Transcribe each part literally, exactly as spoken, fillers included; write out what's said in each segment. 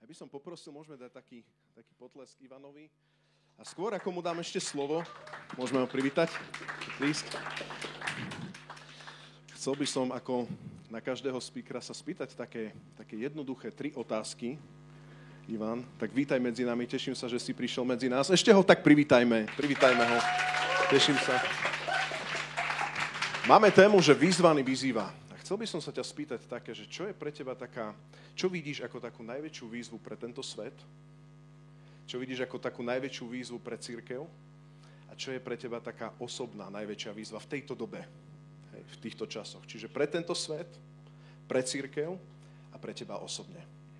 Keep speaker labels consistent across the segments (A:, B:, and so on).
A: Ja by som poprosil, môžeme dať taký, taký potlesk Ivanovi. A skôr, ako mu dám ešte slovo, môžeme ho privítať. Prísť. Chcel by som, ako na každého speakera, sa spýtať také, také jednoduché tri otázky. Ivan, tak vítaj medzi nami, teším sa, že si prišiel medzi nás. Ešte ho tak privítajme, privítajme ho. Teším sa. Máme tému, že vyzvaný vyzýva. Chcel by som sa ťa spýtať také, že čo je pre teba taká, čo vidíš ako takú najväčšiu výzvu pre tento svet? Čo vidíš ako takú najväčšiu výzvu pre cirkev? A čo je pre teba taká osobná najväčšia výzva v tejto dobe, hej, v týchto časoch? Čiže pre tento svet, pre cirkev a pre teba osobne.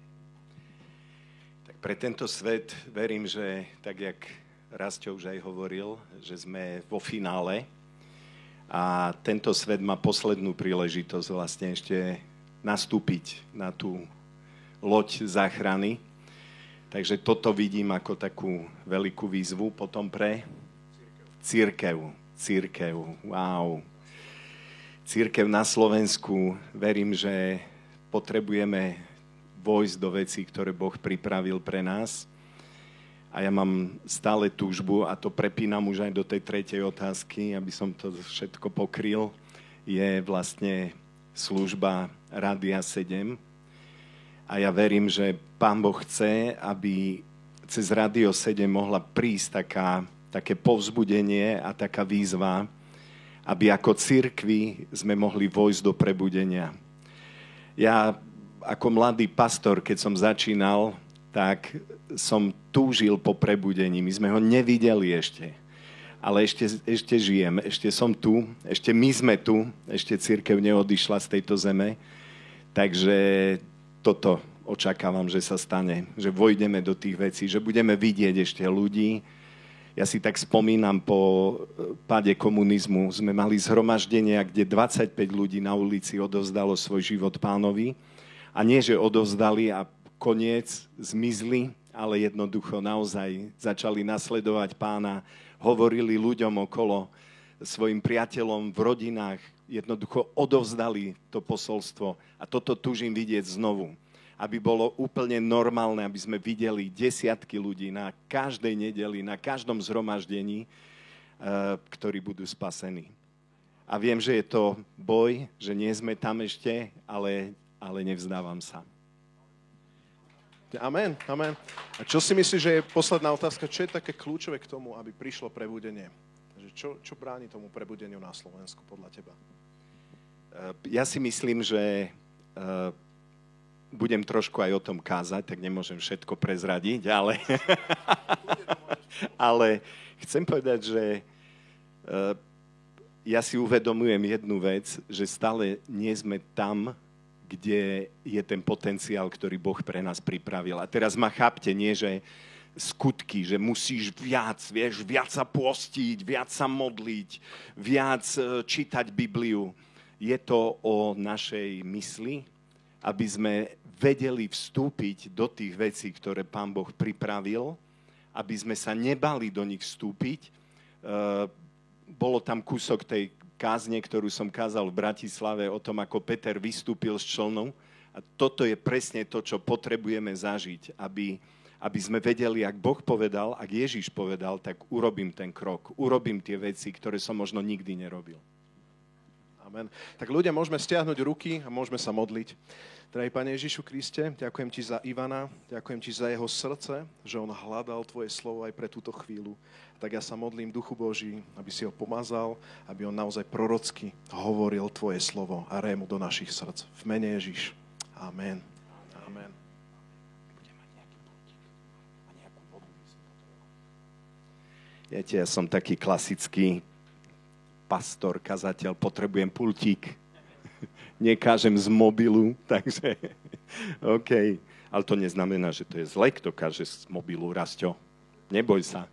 B: Tak pre tento svet verím, že tak, jak Rastio už aj hovoril, že sme vo finále. A tento svet má poslednú príležitosť vlastne ešte nastúpiť na tú loď záchrany. Takže toto vidím ako takú veľkú výzvu potom pre cirkev. Cirkev, wow. Cirkev na Slovensku, verím, že potrebujeme vojsť do vecí, ktoré Boh pripravil pre nás. A ja mám stále túžbu, a to prepínam už aj do tej tretej otázky, aby som to všetko pokryl, je vlastne služba Rádia sedem. A ja verím, že Pán Boh chce, aby cez Rádio sedem mohla prísť taká, také povzbudenie a taká výzva, aby ako cirkvi sme mohli vojsť do prebudenia. Ja ako mladý pastor, keď som začínal, tak som túžil po prebudení. My sme ho nevideli ešte, ale ešte, ešte žijem, ešte som tu, ešte my sme tu, ešte cirkev neodišla z tejto zeme, takže toto očakávam, že sa stane, že vojdeme do tých vecí, že budeme vidieť ešte ľudí. Ja si tak spomínam, po páde komunizmu sme mali zhromaždenia, kde dvadsaťpäť ľudí na ulici odovzdalo svoj život Pánovi a nie, že odovzdali a koniec, zmizli, ale jednoducho naozaj začali nasledovať Pána, hovorili ľuďom okolo, svojim priateľom v rodinách, jednoducho odovzdali to posolstvo. A toto túžim vidieť znovu, aby bolo úplne normálne, aby sme videli desiatky ľudí na každej nedeli, na každom zhromaždení, ktorí budú spasení. A viem, že je to boj, že nie sme tam ešte, ale, ale nevzdávam sa.
A: Amen, amen. A čo si myslíš, že je posledná otázka, čo je také kľúčové k tomu, aby prišlo prebudenie? Čo, čo bráni tomu prebudeniu na Slovensku podľa teba?
B: Ja si myslím, že uh, budem trošku aj o tom kázať, tak nemôžem všetko prezradiť, ale, ale chcem povedať, že uh, ja si uvedomujem jednu vec, že stále nie sme tam, kde je ten potenciál, ktorý Boh pre nás pripravil. A teraz ma chápte, nie že skutky, že musíš viac, vieš, viac sa postiť, viac sa modliť, viac čítať Bibliu. Je to o našej mysli, aby sme vedeli vstúpiť do tých vecí, ktoré Pán Boh pripravil, aby sme sa nebali do nich vstúpiť. Bolo tam kúsok tej kázne, ktorú som kázal v Bratislave o tom, ako Peter vystúpil z člnu. A toto je presne to, čo potrebujeme zažiť, aby, aby sme vedeli, ak Boh povedal, ak Ježiš povedal, tak urobím ten krok, urobím tie veci, ktoré som možno nikdy nerobil.
A: Amen. Tak ľudia, môžeme stiahnuť ruky a môžeme sa modliť. Drahý Pane Ježišu Kriste, ďakujem Ti za Ivana, ďakujem Ti za jeho srdce, že on hľadal Tvoje slovo aj pre túto chvíľu. Tak ja sa modlím Duchu Boží, aby si ho pomazal, aby on naozaj prorocky hovoril Tvoje slovo a rému do našich srdc. V mene Ježiš. Amen. Amen.
B: Viete, ja som taký klasický pastor, kazateľ, potrebujem pultík. Nekážem z mobilu, takže OK. Ale to neznamená, že to je zle, kto káže z mobilu, Rastio. Neboj sa.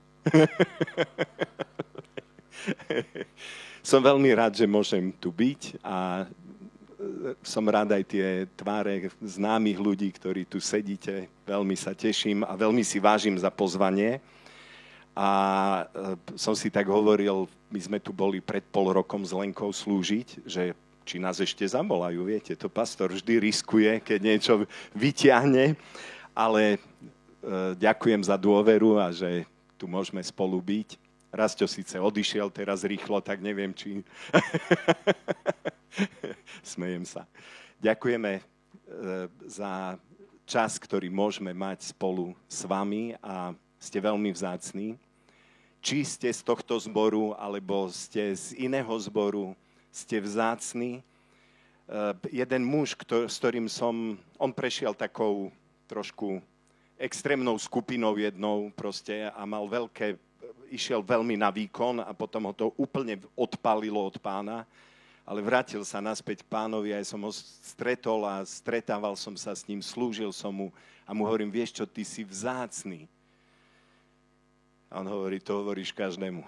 B: Som veľmi rád, že môžem tu byť a som rád aj tie tváre známych ľudí, ktorí tu sedíte. Veľmi sa teším a veľmi si vážim za pozvanie. A som si tak hovoril, my sme tu boli pred pol rokom s Lenkou slúžiť, že či nás ešte zavolajú, viete, to pastor vždy riskuje, keď niečo vyťahne. ale e, ďakujem za dôveru a že tu môžeme spolu byť. Rasťo síce odišiel teraz rýchlo, tak neviem, či... Smejem sa. Ďakujeme e, za čas, ktorý môžeme mať spolu s vami a ste veľmi vzácni. Či ste z tohto zboru, alebo ste z iného zboru, ste vzácni. Uh, jeden muž, ktor- s ktorým som, on prešiel takou trošku extrémnou skupinou jednou proste a mal veľké, išiel veľmi na výkon a potom ho to úplne odpálilo od pána, ale vrátil sa naspäť k pánovi a ja som ho stretol a stretával som sa s ním, slúžil som mu a mu hovorím, vieš čo, ty si vzácny. A on hovorí, to hovoríš každému.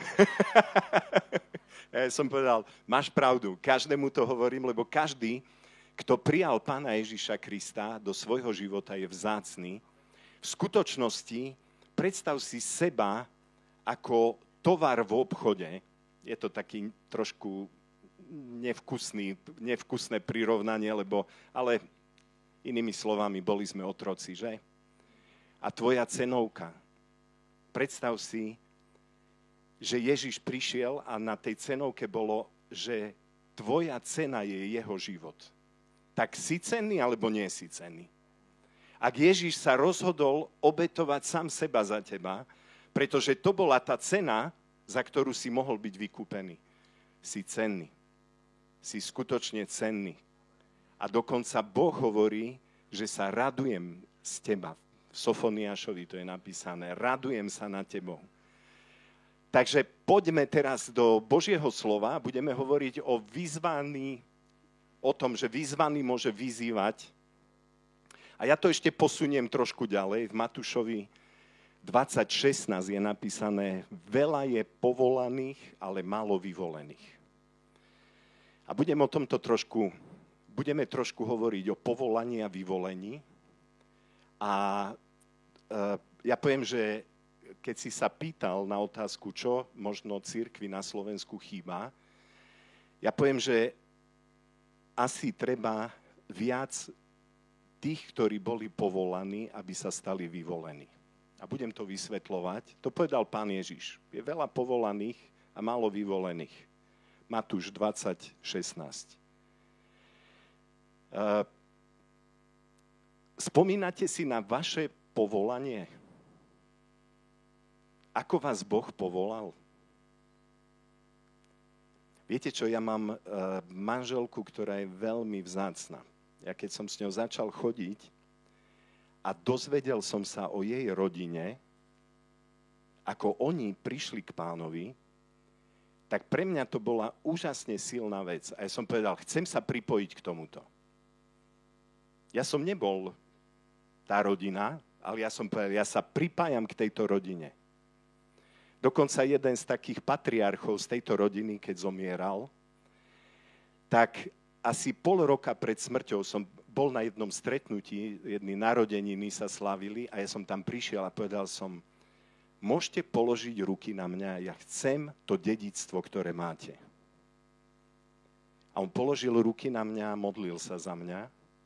B: Ja som povedal, máš pravdu, každému to hovorím, lebo každý, kto prijal Pána Ježiša Krista do svojho života, je vzácny. V skutočnosti predstav si seba ako tovar v obchode. Je to taký trošku nevkusný, nevkusné prirovnanie, lebo, ale inými slovami, boli sme otroci, že? A tvoja cenovka. Predstav si, že Ježiš prišiel a na tej cenovke bolo, že tvoja cena je jeho život. Tak si cenný, alebo nie si cenný? Ak Ježiš sa rozhodol obetovať sám seba za teba, pretože to bola tá cena, za ktorú si mohol byť vykúpený. Si cenný. Si skutočne cenný. A dokonca Boh hovorí, že sa radujem z teba. V Sofoniášovi to je napísané. Radujem sa na tebou. Takže poďme teraz do Božieho slova. Budeme hovoriť o vyzvaní, o tom, že vyzvaný môže vyzývať. A ja to ešte posuniem trošku ďalej. V Matúšovi dvadsať šestnásť je napísané, veľa je povolaných, ale málo vyvolených. A budeme o tomto trošku, budeme trošku hovoriť o povolaní a vyvolení. A e, ja poviem, že keď si sa pýtal na otázku, čo možno cirkvi na Slovensku chýba, ja poviem, že asi treba viac tých, ktorí boli povolaní, aby sa stali vyvolení. A budem to vysvetľovať. To povedal Pán Ježiš. Je veľa povolaných a málo vyvolených. Matúš dvadsať šestnásť. Uh, spomínate si na vaše povolanie? Ako vás Boh povolal? Viete čo, ja mám uh, manželku, ktorá je veľmi vzácna. Ja keď som s ňou začal chodiť a dozvedel som sa o jej rodine, ako oni prišli k Pánovi, tak pre mňa to bola úžasne silná vec. A ja som povedal, chcem sa pripojiť k tomuto. Ja som nebol tá rodina, ale ja som povedal, ja sa pripájam k tejto rodine. Dokonca jeden z takých patriarchov z tejto rodiny, keď zomieral, tak asi pol roka pred smrťou som bol na jednom stretnutí, jedny narodeniny sa slavili a ja som tam prišiel a povedal som, môžete položiť ruky na mňa, ja chcem to dedičstvo, ktoré máte. A on položil ruky na mňa, modlil sa za mňa.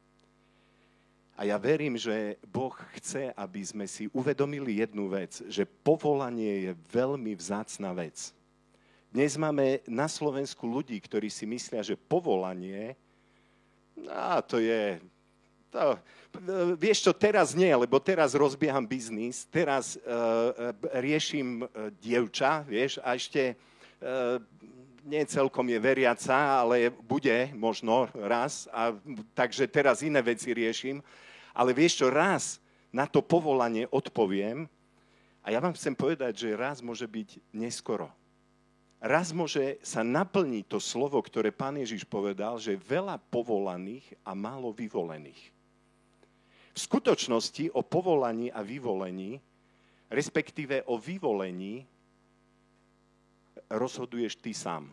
B: A ja verím, že Boh chce, aby sme si uvedomili jednu vec, že povolanie je veľmi vzácna vec. Dnes máme na Slovensku ľudí, ktorí si myslia, že povolanie, no to je, to, vieš čo, teraz nie, lebo teraz rozbieham biznis, teraz uh, riešim uh, dievča, vieš, a ešte uh, nie celkom je veriaca, ale bude možno raz, a, takže teraz iné veci riešim. Ale vieš čo, raz na to povolanie odpoviem a ja vám chcem povedať, že raz môže byť neskoro. Raz môže sa naplniť to slovo, ktoré Pán Ježiš povedal, že veľa povolaných a málo vyvolených. V skutočnosti o povolaní a vyvolení, respektíve o vyvolení, rozhoduješ ty sám.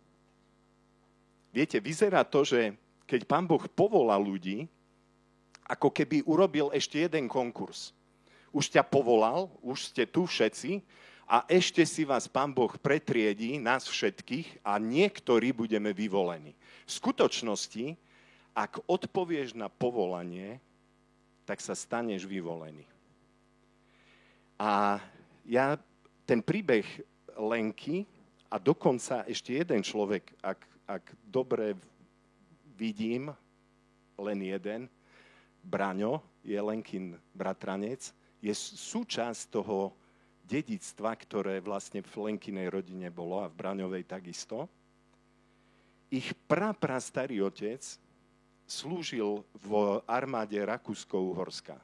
B: Viete, vyzerá to, že keď Pán Boh povolá ľudí, ako keby urobil ešte jeden konkurs. Už ťa povolal, už ste tu všetci a ešte si vás Pán Boh pretriedí, nás všetkých a niektorí budeme vyvolení. V skutočnosti, ak odpovieš na povolanie, tak sa staneš vyvolený. A ja ten príbeh Lenky a dokonca ešte jeden človek, ak, ak dobre vidím, len jeden, Braňo, je Lenkin bratranec, je súčasť toho dedičstva, ktoré vlastne v Lenkinej rodine bolo a v Braňovej takisto. Ich prapra starý otec slúžil v armáde Rakúsko-Uhorska.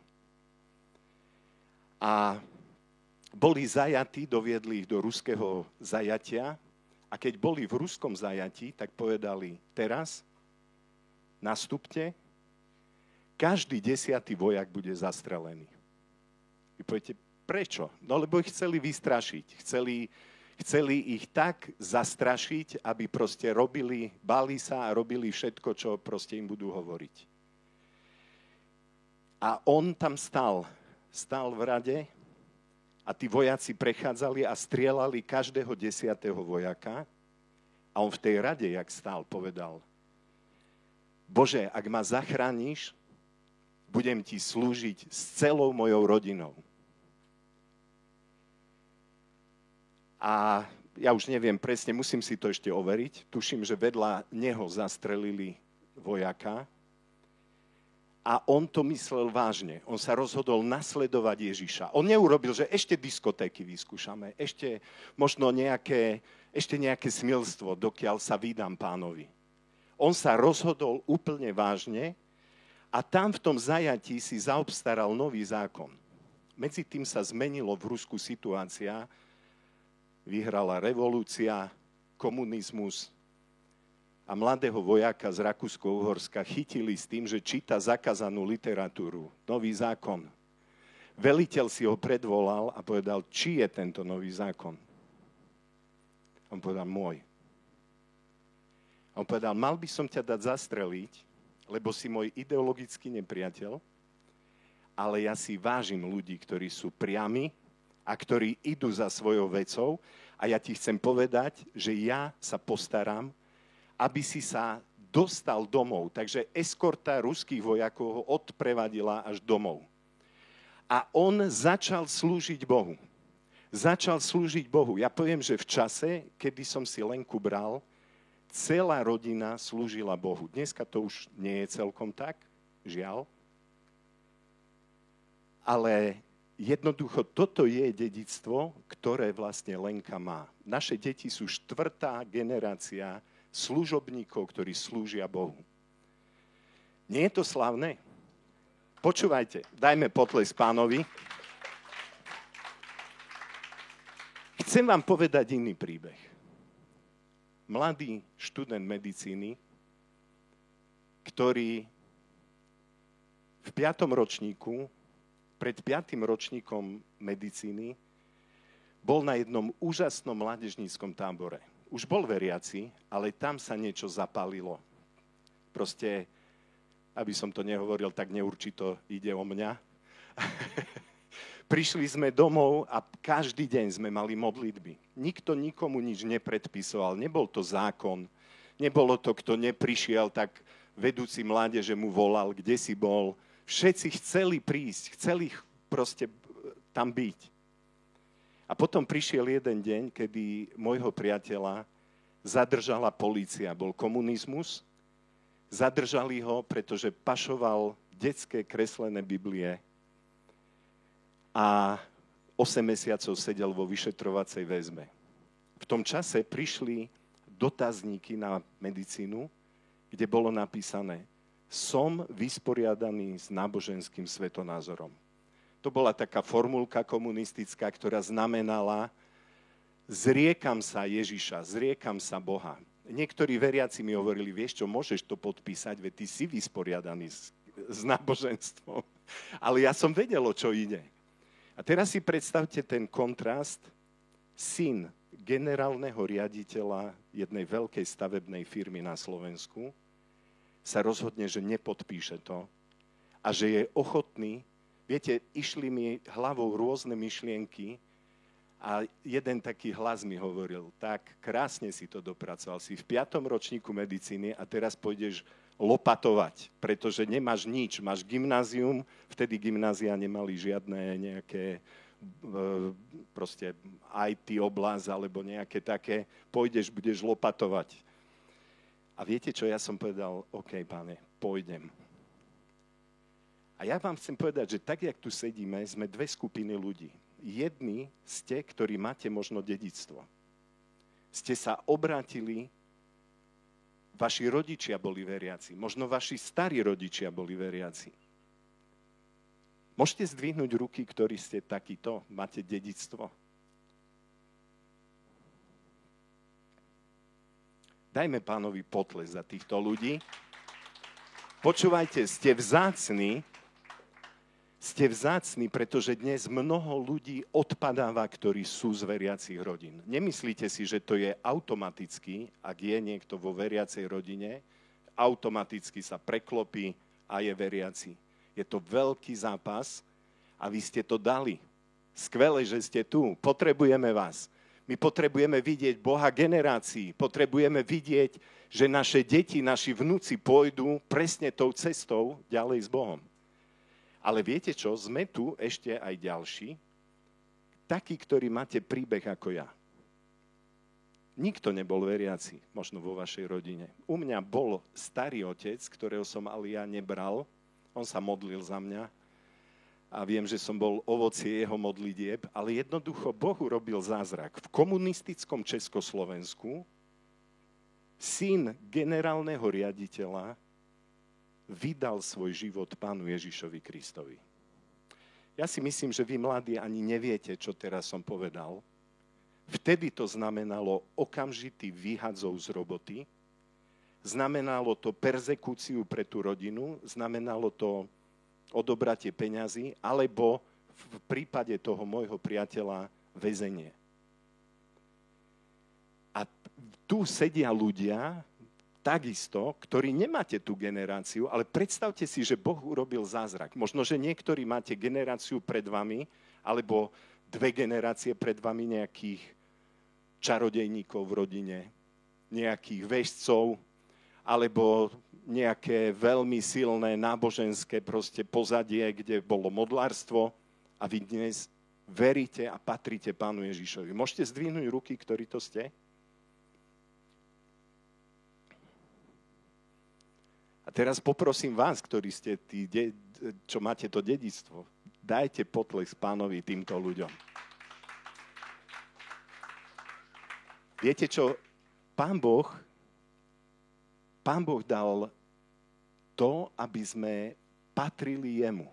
B: A boli zajatí, doviedli ich do ruského zajatia a keď boli v ruskom zajatí, tak povedali, teraz nastupte, každý desiatý vojak bude zastrelený. Vy poviete, prečo? No lebo ich chceli vystrašiť, chceli, chceli ich tak zastrašiť, aby proste robili, báli sa a robili všetko, čo proste im budú hovoriť. A on tam stál, stál v rade, a tí vojaci prechádzali a strieľali každého desiatého vojaka. A on v tej rade, jak stál, povedal, Bože, ak ma zachrániš, budem ti slúžiť s celou mojou rodinou. A ja už neviem presne, musím si to ešte overiť. Tuším, že vedľa neho zastrelili vojaka. A on to myslel vážne. On sa rozhodol nasledovať Ježiša. On neurobil, že ešte diskotéky vyskúšame, ešte možno nejaké, ešte nejaké smilstvo, dokiaľ sa vydám pánovi. On sa rozhodol úplne vážne a tam v tom zajatí si zaobstaral nový zákon. Medzi tým sa zmenilo v Rusku situácia, vyhrala revolúcia, komunizmus, a mladého vojaka z Rakúsko-Uhorska chytili s tým, že číta zakázanú literatúru, nový zákon. Veliteľ si ho predvolal a povedal, či je tento nový zákon. On povedal, môj. On povedal, mal by som ťa dať zastreliť, lebo si môj ideologický nepriateľ, ale ja si vážim ľudí, ktorí sú priami a ktorí idú za svojou vecou a ja ti chcem povedať, že ja sa postaram, aby si sa dostal domov. Takže eskorta ruských vojakov ho odprevadila až domov. A on začal slúžiť Bohu. Začal slúžiť Bohu. Ja poviem, že v čase, kedy som si Lenku bral, celá rodina slúžila Bohu. Dneska to už nie je celkom tak, žiaľ. Ale jednoducho toto je dedičstvo, ktoré vlastne Lenka má. Naše deti sú štvrtá generácia služobníkov, ktorí slúžia Bohu. Nie je to slávne? Počúvajte, dajme potlesk pánovi. Chcem vám povedať iný príbeh. Mladý študent medicíny, ktorý v piatom ročníku, pred piatým ročníkom medicíny, bol na jednom úžasnom mládežníckom tábore. Už bol veriaci, ale tam sa niečo zapálilo. Proste, aby som to nehovoril, tak neurčito ide o mňa. Prišli sme domov a každý deň sme mali modlitby. Nikto nikomu nič nepredpisoval, nebol to zákon, nebolo to, kto neprišiel, tak vedúci mládeže mu volal, kde si bol. Všetci chceli prísť, chceli proste tam byť. A potom prišiel jeden deň, kedy môjho priateľa zadržala polícia. Bol komunizmus, zadržali ho, pretože pašoval detské kreslené Biblie a osem mesiacov sedel vo vyšetrovacej väzbe. V tom čase prišli dotazníky na medicínu, kde bolo napísané, som vysporiadaný s náboženským svetonázorom. To bola taká formulka komunistická, ktorá znamenala zriekam sa Ježiša, zriekam sa Boha. Niektorí veriaci mi hovorili, vieš čo, môžeš to podpísať, veď ty si vysporiadaný s, s náboženstvom. Ale ja som vedel, o čo ide. A teraz si predstavte ten kontrast. Syn generálneho riaditeľa jednej veľkej stavebnej firmy na Slovensku sa rozhodne, že nepodpíše to a že je ochotný. Viete, išli mi hlavou rôzne myšlienky a jeden taký hlas mi hovoril, tak krásne si to dopracoval, si v piatom ročníku medicíny a teraz pôjdeš lopatovať, pretože nemáš nič, máš gymnázium, vtedy gymnázia nemali žiadne nejaké proste í té oblasť alebo nejaké také, pôjdeš, budeš lopatovať. A viete čo, ja som povedal, OK, Pane, pôjdem. A ja vám chcem povedať, že tak, jak tu sedíme, sme dve skupiny ľudí. Jedni ste, ktorí máte možno dedičstvo. Ste sa obrátili, vaši rodičia boli veriaci, možno vaši starí rodičia boli veriaci. Môžete zdvihnúť ruky, ktorí ste takíto, máte dedičstvo? Dajme Pánovi potles za týchto ľudí. Počúvajte, ste vzácni, ste vzácni, pretože dnes mnoho ľudí odpadáva, ktorí sú z veriacich rodín. Nemyslíte si, že to je automaticky, ak je niekto vo veriacej rodine, automaticky sa preklopí a je veriaci. Je to veľký zápas a vy ste to dali. Skvelé, že ste tu. Potrebujeme vás. My potrebujeme vidieť Boha generácií. Potrebujeme vidieť, že naše deti, naši vnúci pôjdu presne tou cestou ďalej s Bohom. Ale viete čo? Sme tu ešte aj ďalší, takí, ktorí máte príbeh ako ja. Nikto nebol veriaci, možno vo vašej rodine. U mňa bol starý otec, ktorého som ale ja nebral. On sa modlil za mňa a viem, že som bol ovocie jeho modlitieb, ale jednoducho Boh urobil zázrak. V komunistickom Československu syn generálneho riaditeľa vydal svoj život Pánu Ježišovi Kristovi. Ja si myslím, že vy mladí ani neviete, čo teraz som povedal. Vtedy to znamenalo okamžitý výhadzov z roboty, znamenalo to perzekúciu pre tú rodinu, znamenalo to odobratie peňazí, alebo v prípade toho môjho priateľa väzenie. A tu sedia ľudia, takisto, ktorí nemáte tú generáciu, ale predstavte si, že Boh urobil zázrak. Možno, že niektorí máte generáciu pred vami, alebo dve generácie pred vami nejakých čarodejníkov v rodine, nejakých vešcov, alebo nejaké veľmi silné náboženské proste pozadie, kde bolo modlárstvo a vy dnes veríte a patríte Pánu Ježišovi. Môžete zdvihnúť ruky, ktorí to ste? A teraz poprosím vás, ktorí ste tí, čo máte to dedičstvo, dajte potlesk Pánovi týmto ľuďom. Viete čo? Pán Boh Pán Boh dal to, aby sme patrili jemu.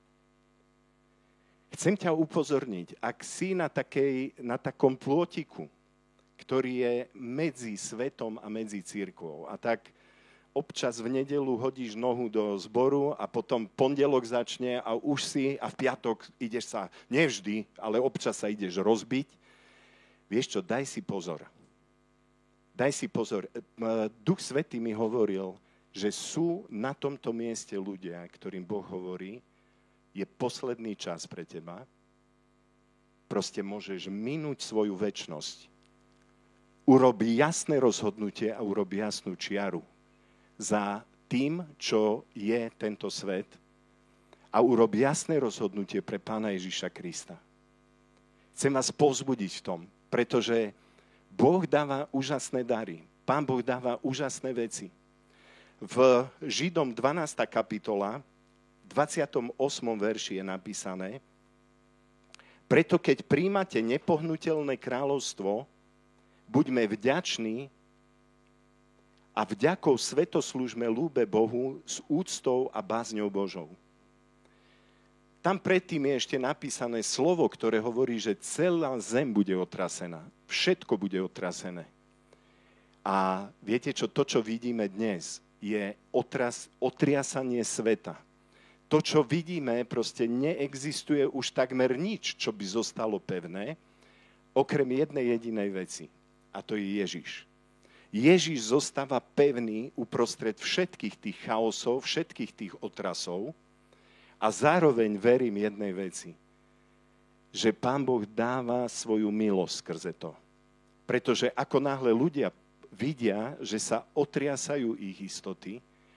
B: Chcem ťa upozorniť, ak si na, takej, na takom plôtiku, ktorý je medzi svetom a medzi cirkvou, a tak občas v nedeľu hodíš nohu do zboru a potom pondelok začne a už si a v piatok ideš sa, nevždy, ale občas sa ideš rozbiť. Vieš čo, daj si pozor. Daj si pozor, Duch Svätý mi hovoril, že sú na tomto mieste ľudia, ktorým Boh hovorí, je posledný čas pre teba, proste môžeš minúť svoju večnosť. Urobi jasné rozhodnutie a urobi jasnú čiaru za tým, čo je tento svet a urobi jasné rozhodnutie pre Pána Ježiša Krista. Chcem vás povzbudiť v tom, pretože Boh dáva úžasné dary. Pán Boh dáva úžasné veci. V Židom dvanásta kapitola, dvadsiatom ôsmom verši je napísané: Preto keď príjmate nepohnuteľné kráľovstvo, buďme vďační a vďakou svetoslúžme ľúbe Bohu s úctou a bázňou Božou. Tam predtým je ešte napísané slovo, ktoré hovorí, že celá zem bude otrasená. Všetko bude otrasené. A viete čo, to, čo vidíme dnes, je otras, otriasanie sveta. To, čo vidíme, proste neexistuje už takmer nič, čo by zostalo pevné, okrem jednej jedinej veci. A to je Ježiš. Ježiš zostáva pevný uprostred všetkých tých chaosov, všetkých tých otrasov. A zároveň verím jednej veci, že Pán Boh dáva svoju milosť skrze to. Pretože ako náhle ľudia vidia, že sa otriasajú ich istoty,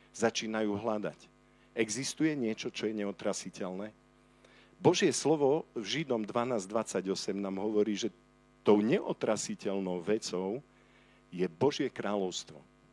B: začínajú hľadať. Existuje niečo, čo je neotrasiteľné? Božie slovo v Židom dvanásť dvadsaťosem nám hovorí, že tou neotrasiteľnou vecou je Božie kráľovstvo.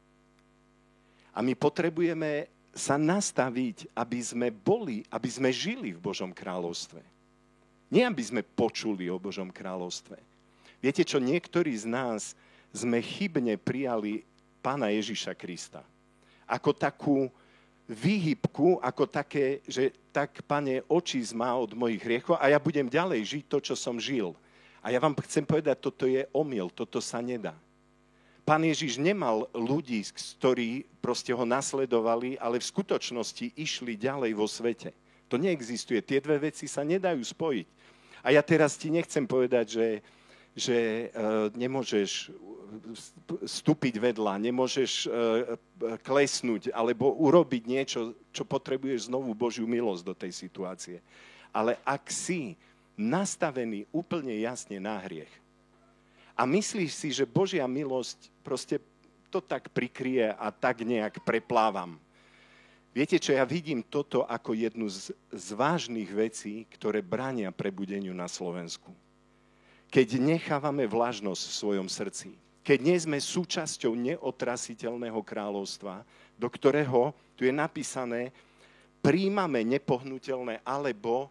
B: A my potrebujeme sa nastaviť, aby sme boli, aby sme žili v Božom kráľovstve. Nie, aby sme počuli o Božom kráľovstve. Viete čo, niektorí z nás sme chybne prijali Pána Ježiša Krista. Ako takú výhybku, ako také, že tak, Pane, očísť ma od mojich hriechov a ja budem ďalej žiť to, čo som žil. A ja vám chcem povedať, toto je omyl, toto sa nedá. Pán Ježiš nemal ľudí, ktorí proste ho nasledovali, ale v skutočnosti išli ďalej vo svete. To neexistuje. Tie dve veci sa nedajú spojiť. A ja teraz ti nechcem povedať, že, že uh, nemôžeš vstúpiť vedľa, nemôžeš uh, klesnúť alebo urobiť niečo, čo potrebuješ znovu Božiu milosť do tej situácie. Ale ak si nastavený úplne jasne na hriech, a myslíš si, že Božia milosť proste to tak prikrie a tak nejak preplávam. Viete čo, ja vidím toto ako jednu z, z vážnych vecí, ktoré bránia prebudeniu na Slovensku. Keď nechávame vlažnosť v svojom srdci, keď nie sme súčasťou neotrasiteľného kráľovstva, do ktorého, tu je napísané, príjmame nepohnuteľné alebo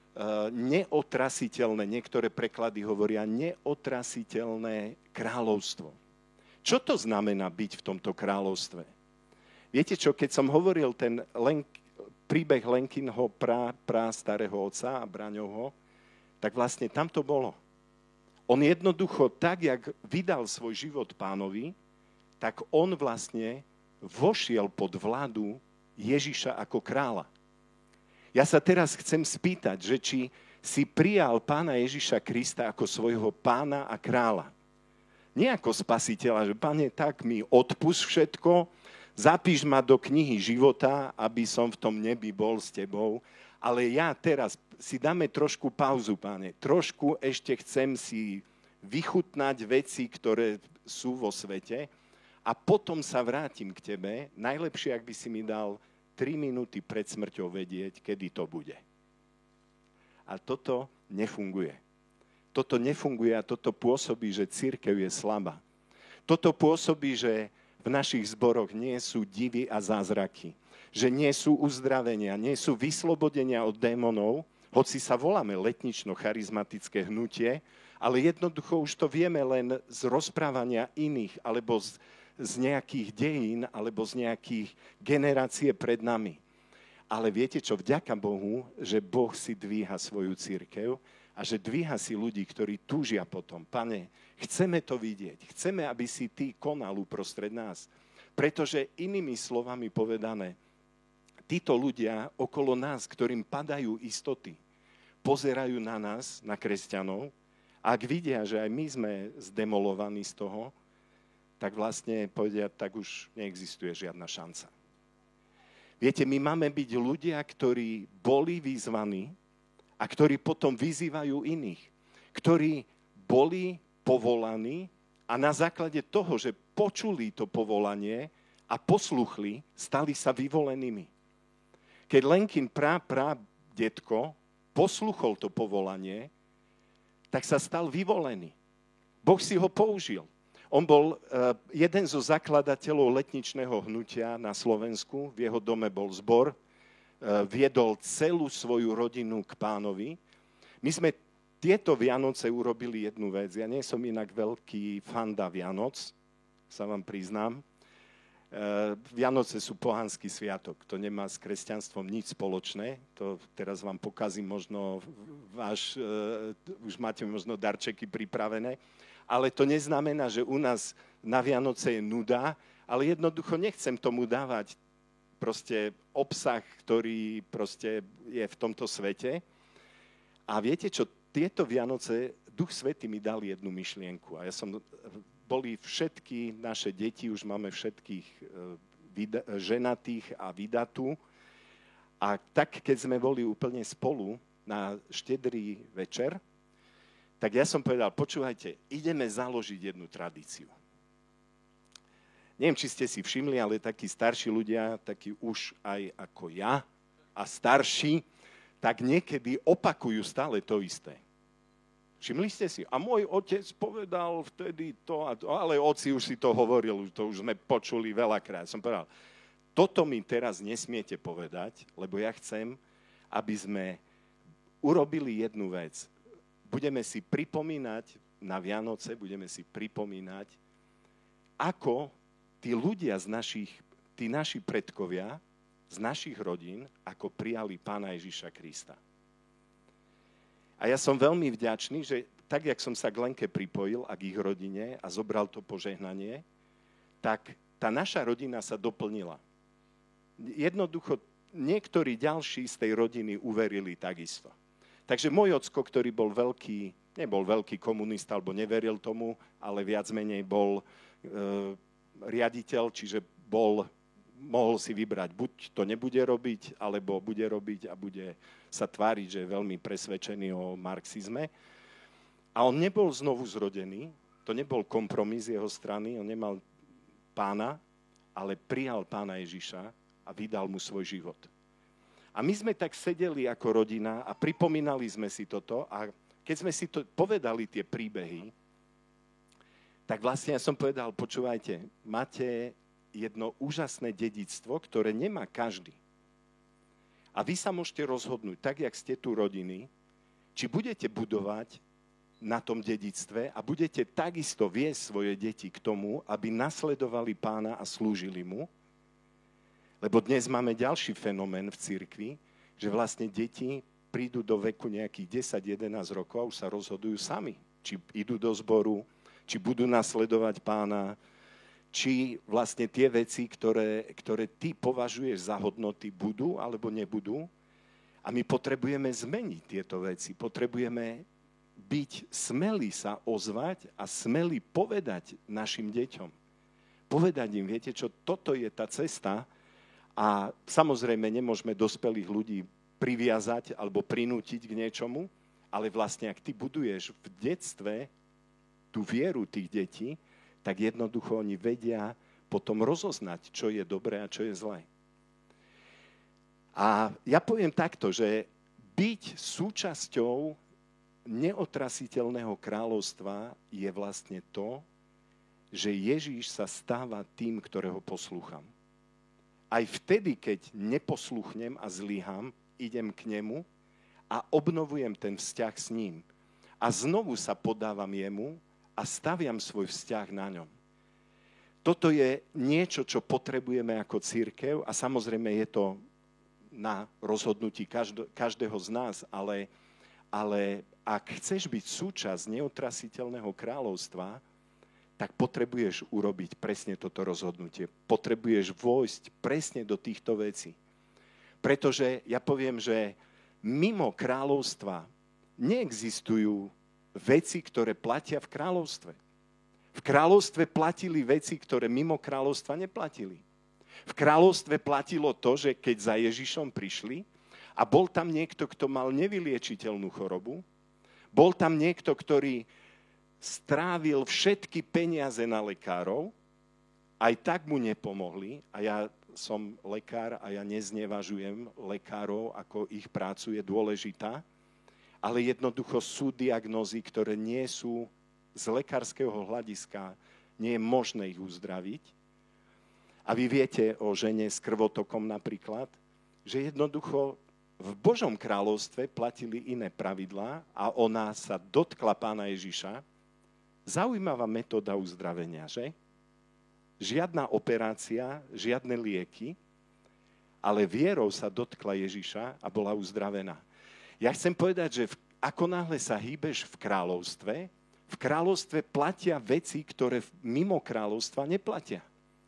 B: neotrasiteľné, niektoré preklady hovoria neotrasiteľné kráľovstvo. Čo to znamená byť v tomto kráľovstve? Viete čo, keď som hovoril ten Lenk, príbeh Lenkinho prá, prá starého otca a Braňovho, tak vlastne tam to bolo. On jednoducho, tak jak vydal svoj život Pánovi, tak on vlastne vošiel pod vládu Ježiša ako kráľa. Ja sa teraz chcem spýtať, že či si prijal Pána Ježiša Krista ako svojho pána a kráľa. Nie ako spasiteľa, že Pane, tak mi odpusť všetko, zapíš ma do knihy života, aby som v tom nebi bol s tebou, ale ja teraz si dáme trošku pauzu, Pane. Trošku ešte chcem si vychutnať veci, ktoré sú vo svete a potom sa vrátim k tebe. Najlepšie, ak by si mi dal tri minúty pred smrťou vedieť, kedy to bude. A toto nefunguje. Toto nefunguje a toto pôsobí, že cirkev je slabá. Toto pôsobí, že v našich zboroch nie sú divy a zázraky. Že nie sú uzdravenia, nie sú vyslobodenia od démonov, hoci sa voláme letnično-charizmatické hnutie, ale jednoducho už to vieme len z rozprávania iných alebo z z nejakých dejín alebo z nejakých generácie pred nami. Ale viete čo, vďaka Bohu, že Boh si dvíha svoju cirkev a že dvíha si ľudí, ktorí túžia potom. Pane, chceme to vidieť, chceme, aby si ty konal uprostred nás. Pretože inými slovami povedané, títo ľudia okolo nás, ktorým padajú istoty, pozerajú na nás, na kresťanov, a ak vidia, že aj my sme zdemolovaní z toho, tak vlastne povedia, tak už neexistuje žiadna šanca. Viete, my máme byť ľudia, ktorí boli vyzvaní a ktorí potom vyzývajú iných. Ktorí boli povolaní a na základe toho, že počuli to povolanie a posluchli, stali sa vyvolenými. Keď Lenkin prá, prá, detko posluchol to povolanie, tak sa stal vyvolený. Boh si ho použil. On bol uh, jeden zo zakladateľov letničného hnutia na Slovensku. V jeho dome bol zbor. Uh, viedol celú svoju rodinu k Pánovi. My sme tieto Vianoce urobili jednu vec. Ja nie som inak veľký fanda Vianoc, sa vám priznám. Uh, Vianoce sú pohanský sviatok. To nemá s kresťanstvom nič spoločné. To teraz vám pokazím možno váš... Uh, už máte možno darčeky pripravené. Ale to neznamená, že u nás na Vianoce je nuda, ale jednoducho nechcem tomu dávať proste obsah, ktorý proste je v tomto svete. A viete čo, tieto Vianoce, Duch Svätý mi dal jednu myšlienku. A ja som, boli všetky naše deti, už máme všetkých ženatých a vydatú. A tak, keď sme boli úplne spolu na štedrý večer, tak ja som povedal, počúvajte, ideme založiť jednu tradíciu. neviem, či ste si všimli, ale takí starší ľudia, takí už aj ako ja a starší, tak niekedy opakujú stále to isté. Všimli ste si? A môj otec povedal vtedy to a to, ale oci už si to hovoril, to už sme počuli veľakrát. Som povedal, toto mi teraz nesmiete povedať, lebo ja chcem, aby sme urobili jednu vec. Budeme si pripomínať na Vianoce, budeme si pripomínať, ako tí ľudia z našich, tí naši predkovia, z našich rodín, ako prijali Pána Ježiša Krista. A ja som veľmi vďačný, že tak, jak som sa k Lenke pripojil a k ich rodine a zobral to požehnanie, tak tá naša rodina sa doplnila. Jednoducho, niektorí ďalší z tej rodiny uverili takisto. Takže môj ocko, ktorý bol veľký, nebol veľký komunista, alebo neveril tomu, ale viac menej bol e, riaditeľ, čiže bol, mohol si vybrať, buď to nebude robiť, alebo bude robiť a bude sa tváriť, že je veľmi presvedčený o marxizme. A on nebol znovu zrodený, to nebol kompromis jeho strany, on nemal pána, ale prijal Pána Ježiša a vydal mu svoj život. A my sme tak sedeli ako rodina a pripomínali sme si toto a keď sme si to povedali, tie príbehy, tak vlastne ja som povedal, počúvajte, máte jedno úžasné dedičstvo, ktoré nemá každý. A vy sa môžete rozhodnúť, tak jak ste tu rodiny, či budete budovať na tom dedičstve a budete takisto viesť svoje deti k tomu, aby nasledovali Pána a slúžili mu. Lebo dnes máme ďalší fenomén v cirkvi, že vlastne deti prídu do veku nejakých desať jedenásť rokov a už sa rozhodujú sami. Či idú do zboru, či budú nasledovať Pána, či vlastne tie veci, ktoré, ktoré ty považuješ za hodnoty, budú alebo nebudú. A my potrebujeme zmeniť tieto veci. Potrebujeme byť smelí sa ozvať a smelí povedať našim deťom. Povedať im, viete čo, toto je tá cesta. A samozrejme nemôžeme dospelých ľudí priviazať alebo prinútiť k niečomu, ale vlastne ak ty buduješ v detstve tú vieru tých detí, tak jednoducho oni vedia potom rozoznať, čo je dobré a čo je zlé. A ja poviem takto, že byť súčasťou neotrasiteľného kráľovstva je vlastne to, že Ježíš sa stáva tým, ktorého poslúcham. Aj vtedy, keď neposluchnem a zlyham, idem k nemu a obnovujem ten vzťah s ním. A znovu sa podávam jemu a staviam svoj vzťah na ňom. Toto je niečo, čo potrebujeme ako cirkev a samozrejme je to na rozhodnutí každého z nás, ale, ale ak chceš byť súčasť neotrasiteľného kráľovstva, tak potrebuješ urobiť presne toto rozhodnutie. Potrebuješ vojsť presne do týchto vecí. Pretože ja poviem, že mimo kráľovstva neexistujú veci, ktoré platia v kráľovstve. V kráľovstve platili veci, ktoré mimo kráľovstva neplatili. V kráľovstve platilo to, že keď za Ježišom prišli a bol tam niekto, kto mal nevyliečiteľnú chorobu, bol tam niekto, ktorý strávil všetky peniaze na lekárov, aj tak mu nepomohli a ja som lekár a ja neznevažujem lekárov, ako ich prácu je dôležitá, ale jednoducho sú diagnózy, ktoré nie sú z lekárskeho hľadiska, nie je možné ich uzdraviť. A vy viete o žene s krvotokom napríklad, že jednoducho v Božom kráľovstve platili iné pravidlá a ona sa dotkla Pána Ježiša. Zaujímavá metóda uzdravenia, že? Žiadna operácia, žiadne lieky, ale vierou sa dotkla Ježiša a bola uzdravená. Ja chcem povedať, že v, ako náhle sa hýbeš v kráľovstve, v kráľovstve platia veci, ktoré mimo kráľovstva neplatia.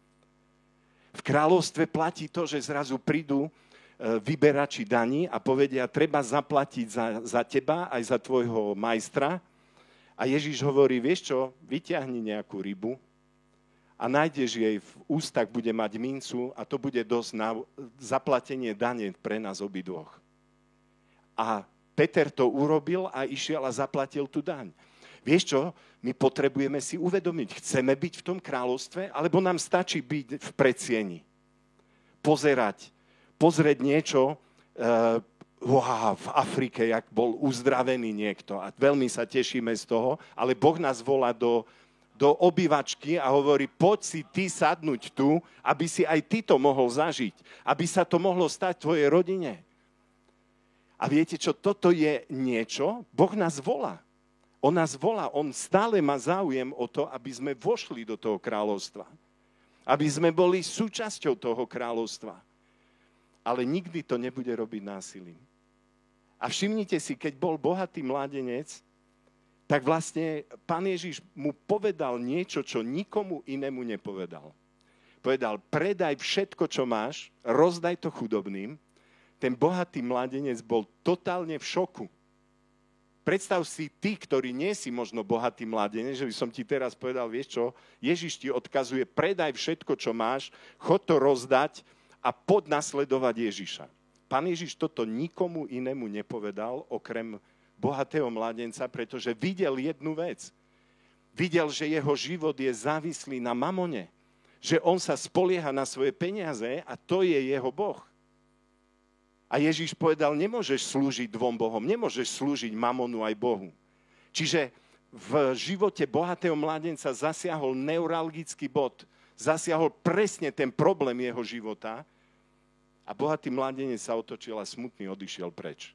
B: V kráľovstve platí to, že zrazu prídu vyberači daní a povedia, treba zaplatiť za, za teba aj za tvojho majstra. A Ježiš hovorí, vieš čo, vyťahni nejakú rybu a nájdeš jej v ústach, bude mať mincu a to bude dosť na zaplatenie dane pre nás obidvoch. A Peter to urobil a išiel a zaplatil tú daň. Vieš čo? My potrebujeme si uvedomiť, chceme byť v tom kráľovstve, alebo nám stačí byť v predsieni. Pozerať, pozrieť niečo, uh, wow, v Afrike, jak bol uzdravený niekto a veľmi sa tešíme z toho, ale Boh nás volá do, do obývačky a hovorí, poď si ty sadnúť tu, aby si aj ty to mohol zažiť, aby sa to mohlo stať tvojej rodine. A viete čo, toto je niečo, Boh nás volá. On nás volá, on stále má záujem o to, aby sme vošli do toho kráľovstva. Aby sme boli súčasťou toho kráľovstva. Ale nikdy to nebude robiť násilím. A všimnite si, keď bol bohatý mládenec, tak vlastne Pán Ježiš mu povedal niečo, čo nikomu inému nepovedal. Povedal, predaj všetko, čo máš, rozdaj to chudobným. Ten bohatý mládenec bol totálne v šoku. Predstav si ty, ktorý nie si možno bohatý mládenec, že by som ti teraz povedal, vieš čo, Ježiš ti odkazuje, predaj všetko, čo máš, chod to rozdať a poď nasledovať Ježiša. Pán Ježiš toto nikomu inému nepovedal, okrem bohatého mládenca, pretože videl jednu vec. Videl, že jeho život je závislý na mamone. Že on sa spolieha na svoje peniaze a to je jeho Boh. A Ježiš povedal, nemôžeš slúžiť dvom bohom, nemôžeš slúžiť mamonu aj Bohu. Čiže v živote bohatého mládenca zasiahol neuralgický bod, zasiahol presne ten problém jeho života a bohatý mládenec sa otočil a smutný odišiel preč.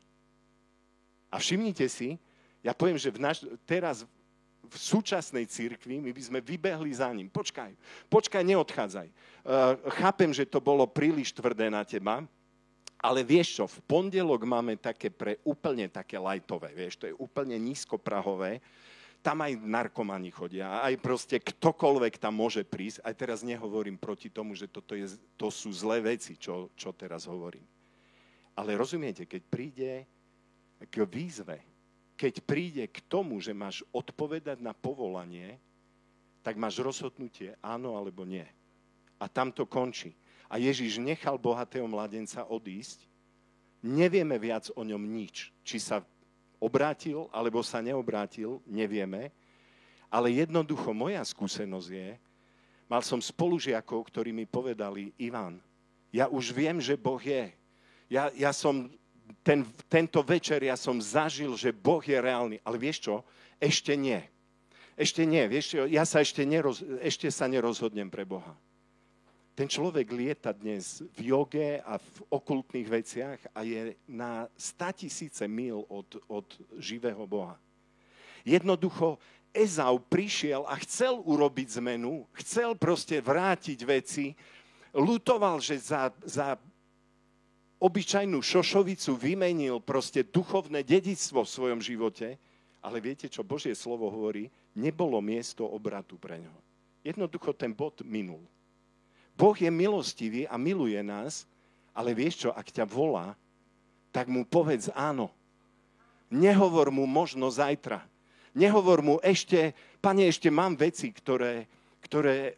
B: A všimnite si, ja poviem, že v naš, teraz v súčasnej cirkvi my by sme vybehli za ním. Počkaj, počkaj, neodchádzaj. Uh, chápem, že to bolo príliš tvrdé na teba, ale vieš čo, v pondelok máme také pre úplne také lajtové, vieš, to je úplne nízkoprahové. Tam aj narkomani chodia, aj proste ktokoľvek tam môže prísť. Aj teraz nehovorím proti tomu, že toto je, to sú zlé veci, čo, čo teraz hovorím. Ale rozumiete, keď príde k výzve, keď príde k tomu, že máš odpovedať na povolanie, tak máš rozhodnutie áno alebo nie. A tam to končí. A Ježiš nechal bohatého mladenca odísť. Nevieme viac o ňom nič. Či sa obrátil, alebo sa neobrátil, nevieme. Ale jednoducho moja skúsenosť je, mal som spolužiakov, ktorí mi povedali, Ivan, ja už viem, že Boh je. Ja, ja som, ten, tento večer ja som zažil, že Boh je reálny. Ale vieš čo? Ešte nie. Ešte nie. Vieš čo? Ja sa ešte, neroz, ešte sa nerozhodnem pre Boha. Ten človek lieta dnes v joge a v okultných veciach a je na státisíce míl od, od živého Boha. Jednoducho Ezau prišiel a chcel urobiť zmenu, chcel proste vrátiť veci, ľutoval, že za, za obyčajnú šošovicu vymenil proste duchovné dedičstvo v svojom živote, ale viete, čo Božie slovo hovorí? Nebolo miesto obratu pre ňo. Jednoducho ten bod minul. Boh je milostivý a miluje nás, ale vieš čo, ak ťa volá, tak mu povedz áno. Nehovor mu možno zajtra. Nehovor mu ešte, Pane, ešte mám veci, ktoré, ktoré e,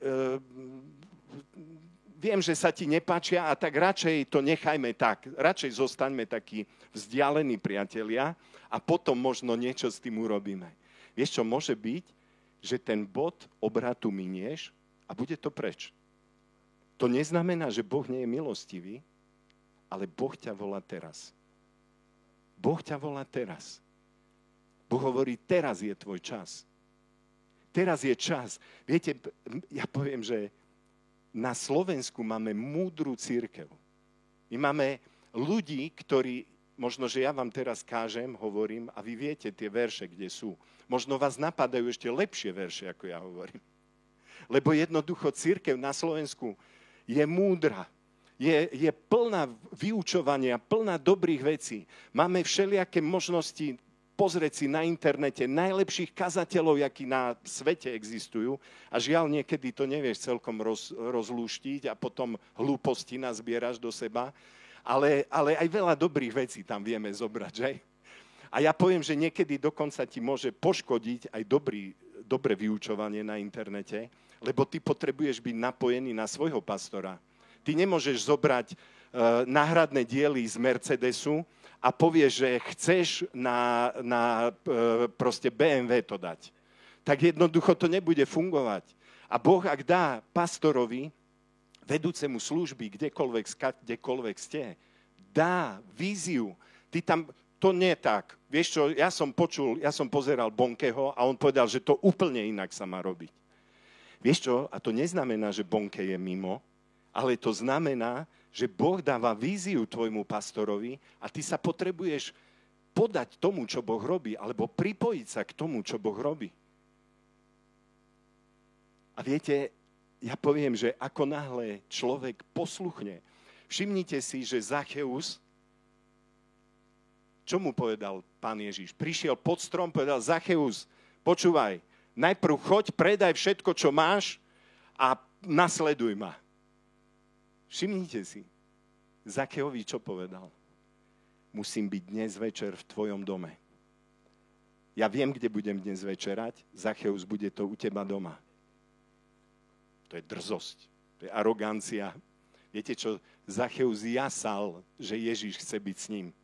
B: viem, že sa ti nepáčia a tak radšej to nechajme tak. Radšej zostaňme takí vzdialení priatelia a potom možno niečo s tým urobíme. Vieš čo, môže byť, že ten bod obratu minieš a bude to preč. To neznamená, že Boh nie je milostivý, ale Boh ťa volá teraz. Boh ťa volá teraz. Boh hovorí, teraz je tvoj čas. Teraz je čas. Viete, ja poviem, že na Slovensku máme múdru cirkev. My máme ľudí, ktorí, možno, že ja vám teraz kážem, hovorím, a vy viete tie verše, kde sú. Možno vás napadajú ešte lepšie verše, ako ja hovorím. Lebo jednoducho cirkev na Slovensku je múdra, je, je plná vyučovania, plná dobrých vecí. Máme všelijaké možnosti pozrieť si na internete najlepších kazateľov, akí na svete existujú a žiaľ, niekedy to nevieš celkom roz, rozlúštiť a potom hlúposti nazbieraš do seba, ale, ale aj veľa dobrých vecí tam vieme zobrať, že? A ja poviem, že niekedy dokonca ti môže poškodiť aj dobrý, dobré vyučovanie na internete, lebo ty potrebuješ byť napojený na svojho pastora. Ty nemôžeš zobrať uh, náhradné diely z Mercedesu a povieš, že chceš na, na uh, proste bé em vé to dať. tak jednoducho to nebude fungovať. A Boh, ak dá pastorovi, vedúcemu služby, kdekoľvek, kdekoľvek ste, dá víziu. Ty tam, to nie tak. Vieš čo, ja som počul, ja som pozeral Bonkeho a on povedal, že to úplne inak sa má robiť. Vieš čo, a to neznamená, že Bonke je mimo, ale to znamená, že Boh dáva víziu tvojmu pastorovi a ty sa potrebuješ podať tomu, čo Boh robí, alebo pripojiť sa k tomu, čo Boh robí. A viete, ja poviem, že ako náhle človek posluchne, všimnite si, že Zacheus, čo mu povedal Pán Ježiš? Prišiel pod strom, povedal, Zacheus, počúvaj, najprv choď, predaj všetko, čo máš a nasleduj ma. Všimnite si, Zacheovi čo povedal? Musím byť dnes večer v tvojom dome. Ja viem, kde budem dnes večerať, Zacheus, bude to u teba doma. To je drzosť, to je arogancia. Viete čo, Zacheus jasal, že Ježiš chce byť s ním.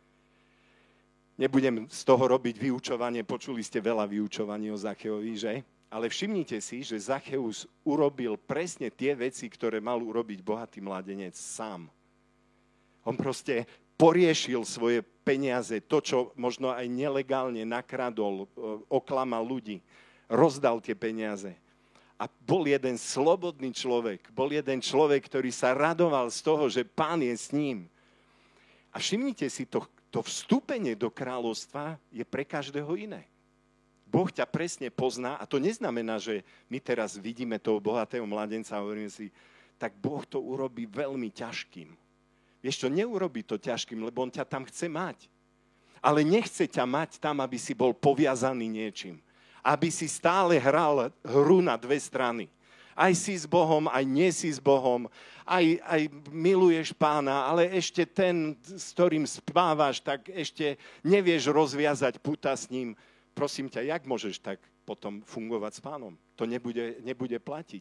B: Nebudem z toho robiť vyučovanie, počuli ste veľa vyučovaní o Zacheovi, že? Ale všimnite si, že Zacheus urobil presne tie veci, ktoré mal urobiť bohatý mladenec sám. On proste poriešil svoje peniaze, to, čo možno aj nelegálne nakradol, oklamal ľudí, rozdal tie peniaze. A bol jeden slobodný človek, bol jeden človek, ktorý sa radoval z toho, že Pán je s ním. A všimnite si, to, to vstúpenie do kráľovstva je pre každého iné. Boh ťa presne pozná a to neznamená, že my teraz vidíme toho bohatého mladenca a hovoríme si, tak Boh to urobí veľmi ťažkým. Vieš čo, neurobí to ťažkým, lebo on ťa tam chce mať. Ale nechce ťa mať tam, aby si bol poviazaný niečím. Aby si stále hral hru na dve strany. Aj si s Bohom, aj nie si s Bohom, aj, aj miluješ Pána, ale ešte ten, s ktorým spávaš, tak ešte nevieš rozviazať puta s ním. Prosím ťa, jak môžeš tak potom fungovať s Pánom? To nebude, nebude platiť.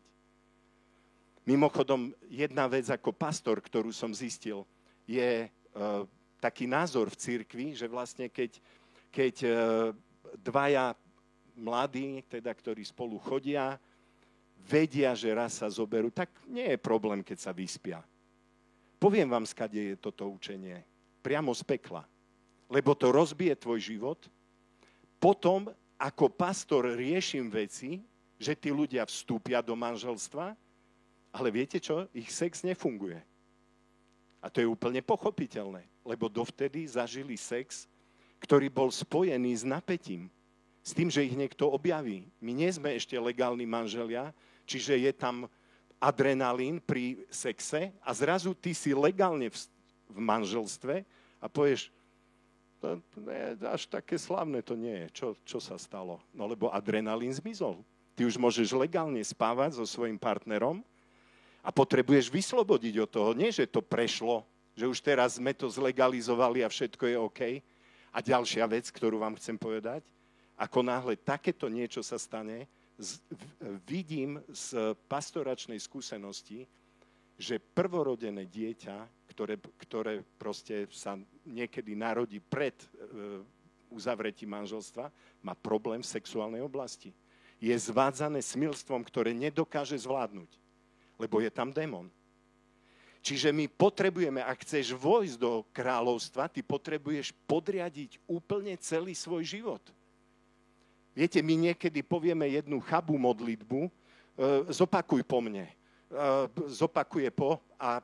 B: Mimochodom, jedna vec ako pastor, ktorú som zistil, je uh, taký názor v cirkvi, že vlastne keď, keď uh, dvaja mladí, teda, ktorí spolu chodia, vedia, že raz sa zoberú, tak nie je problém, keď sa vyspia. Poviem vám, skade je toto učenie. Priamo z pekla. Lebo to rozbije tvoj život. Potom, ako pastor, riešim veci, že tí ľudia vstúpia do manželstva, ale viete čo? Ich sex nefunguje. A to je úplne pochopiteľné, lebo dovtedy zažili sex, ktorý bol spojený s napätím. S tým, že ich niekto objaví. My nie sme ešte legálni manželia, čiže je tam adrenalín pri sexe a zrazu ty si legálne v, v manželstve a povieš, to nie, až také slávne to nie je. Čo, čo sa stalo? No lebo adrenalín zmizol. Ty už môžeš legálne spávať so svojím partnerom a potrebuješ vyslobodiť od toho. Nie, že to prešlo, že už teraz sme to zlegalizovali a všetko je OK. A ďalšia vec, ktorú vám chcem povedať, ako náhle takéto niečo sa stane, z, vidím z pastoračnej skúsenosti, že prvorodené dieťa, ktoré, ktoré proste sa niekedy narodí pred e, uzavretím manželstva, má problém v sexuálnej oblasti. Je zvádzané smilstvom, ktoré nedokáže zvládnuť, lebo je tam démon. Čiže my potrebujeme, ak chceš vojsť do kráľovstva, ty potrebuješ podriadiť úplne celý svoj život. Viete, my niekedy povieme jednu chabú modlitbu, e, zopakuj po mne, e, zopakuje po a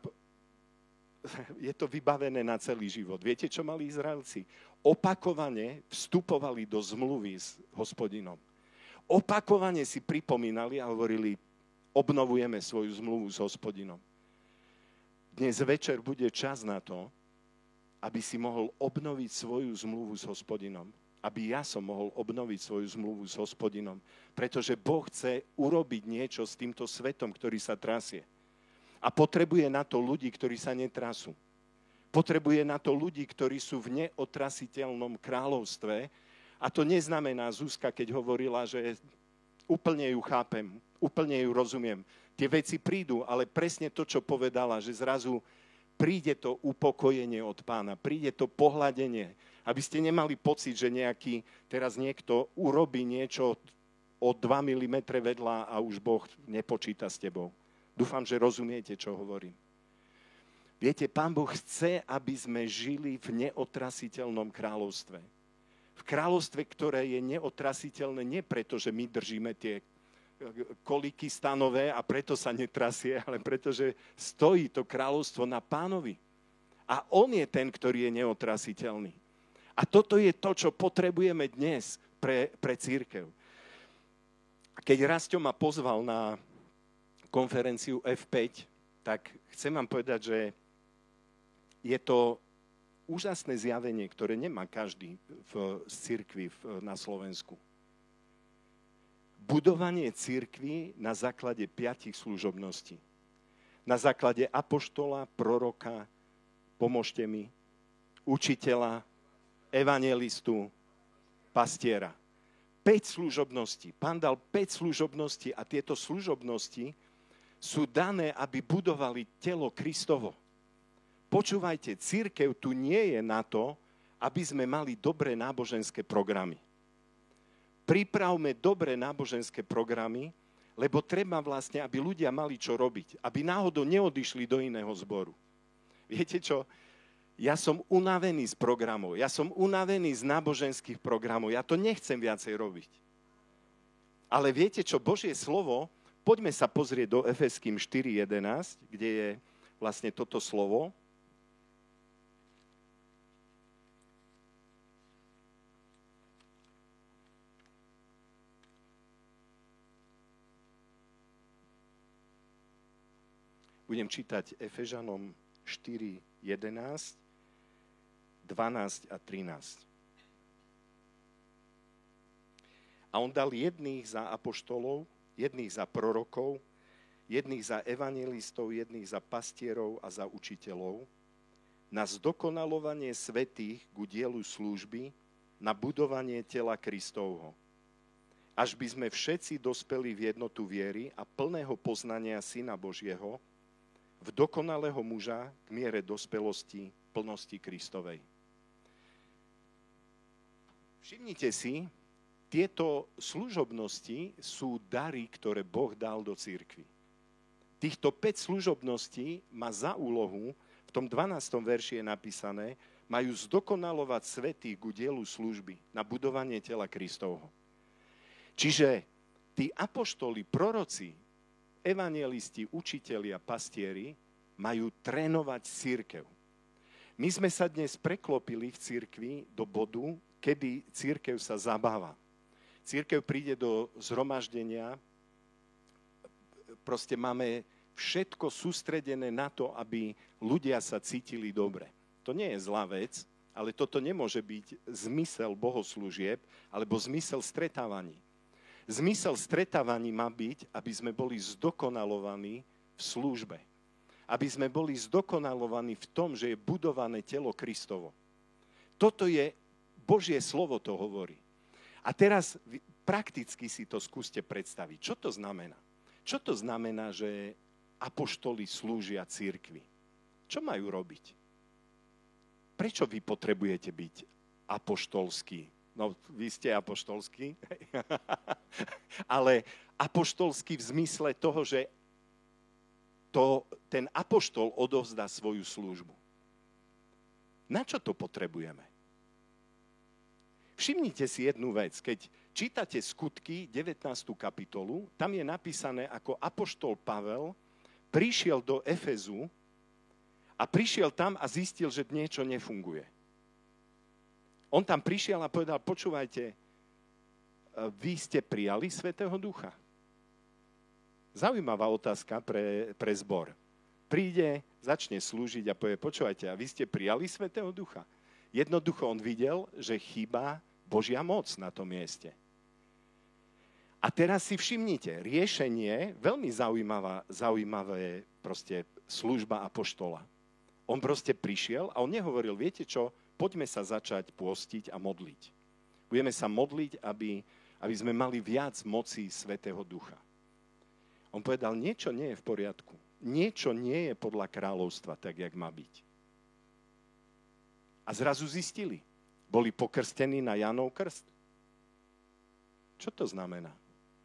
B: je to vybavené na celý život. Viete, čo mali Izraelci? Opakovane vstupovali do zmluvy s Hospodinom. Opakovane si pripomínali a hovorili, obnovujeme svoju zmluvu s Hospodinom. Dnes večer bude čas na to, aby si mohol obnoviť svoju zmluvu s Hospodinom. Aby ja som mohol obnoviť svoju zmluvu s Hospodinom. Pretože Boh chce urobiť niečo s týmto svetom, ktorý sa trasie. A potrebuje na to ľudí, ktorí sa netrasú. Potrebuje na to ľudí, ktorí sú v neotrasiteľnom kráľovstve. A to neznamená, Zuzka, keď hovorila, že úplne ju chápem, úplne ju rozumiem. Tie veci prídu, ale presne to, čo povedala, že zrazu príde to upokojenie od Pána, príde to pohľadenie, aby ste nemali pocit, že nejaký, teraz niekto urobí niečo o dva milimetre vedľa a už Boh nepočíta s tebou. Dúfam, že rozumiete, čo hovorím. Viete, Pán Boh chce, aby sme žili v neotrasiteľnom kráľovstve. V kráľovstve, ktoré je neotrasiteľné nie preto, že my držíme tie kolíky stanové a preto sa netrasie, ale preto, že stojí to kráľovstvo na Pánovi. A on je ten, ktorý je neotrasiteľný. A toto je to, čo potrebujeme dnes pre, pre cirkev. Keď Rasťo ma pozval na konferenciu ef päť, tak chcem vám povedať, že je to úžasné zjavenie, ktoré nemá každý v cirkvi na Slovensku. Budovanie cirkvi na základe piatich služobností. Na základe apoštola, proroka, pomôžte mi, učiteľa, evangelistu, pastiera. päť služobností. Pán dal päť služobností a tieto služobnosti sú dané, aby budovali telo Kristovo. Počúvajte, cirkev tu nie je na to, aby sme mali dobré náboženské programy. Pripravme dobré náboženské programy, lebo treba vlastne, aby ľudia mali čo robiť. Aby náhodou neodišli do iného zboru. Viete čo? Ja som unavený z programov. Ja som unavený z náboženských programov. Ja to nechcem viacej robiť. Ale viete čo? Božie slovo, poďme sa pozrieť do Efeským štyri jedenásť, kde je vlastne toto slovo. Budem čítať Efežanom štyri jedenásť, dvanásť a trinásť. A on dal jedných za apoštolov, jedných za prorokov, jedných za evangelistov, jedných za pastierov a za učiteľov, na zdokonalovanie svätých ku dielu služby, na budovanie tela Kristovho. Až by sme všetci dospeli v jednotu viery a plného poznania Syna Božieho, v dokonalého muža k miere dospelosti plnosti Kristovej. Všimnite si, tieto služobnosti sú dary, ktoré Boh dal do cirkvi. Týchto päť služobností má za úlohu, v tom dvanástom verši je napísané, majú zdokonalovať svätých ku dielu služby na budovanie tela Kristovho. Čiže tí apoštoli, proroci, evangelisti, učitelia, pastieri majú trénovať cirkev. My sme sa dnes preklopili v cirkvi do bodu, kedy cirkev sa zabáva. Cirkev príde do zhromaždenia, proste máme všetko sústredené na to, aby ľudia sa cítili dobre. To nie je zlá vec, ale toto nemôže byť zmysel bohoslúžieb alebo zmysel stretávaní. Zmysel stretávaní má byť, aby sme boli zdokonalovaní v službe. Aby sme boli zdokonalovaní v tom, že je budované telo Kristovo. Toto je, Božie slovo to hovorí. A teraz prakticky si to skúste predstaviť. Čo to znamená? Čo to znamená, že apoštoli slúžia cirkvi? Čo majú robiť? Prečo vy potrebujete byť apoštolskí? No, vy ste apoštolskí, ale apoštolský v zmysle toho, že to, ten apoštol odovzdá svoju službu. Na čo to potrebujeme? Všimnite si jednu vec. Keď čítate Skutky, devätnástu kapitolu, tam je napísané, ako apoštol Pavel prišiel do Efezu a prišiel tam a zistil, že niečo nefunguje. On tam prišiel a povedal, počúvajte, vy ste prijali Svätého Ducha? Zaujímavá otázka pre, pre zbor. Príde, začne slúžiť a povie, počúvajte, a vy ste prijali Svätého Ducha? Jednoducho on videl, že chýba Božia moc na tom mieste. A teraz si všimnite, riešenie, veľmi zaujímavá, zaujímavé proste služba apoštola. On proste prišiel a on nehovoril, viete čo, poďme sa začať pôstiť a modliť. Budeme sa modliť, aby, aby sme mali viac moci Svätého Ducha. On povedal, niečo nie je v poriadku. Niečo nie je podľa kráľovstva, tak, jak má byť. A zrazu zistili. Boli pokrstení na Janov krst. Čo to znamená?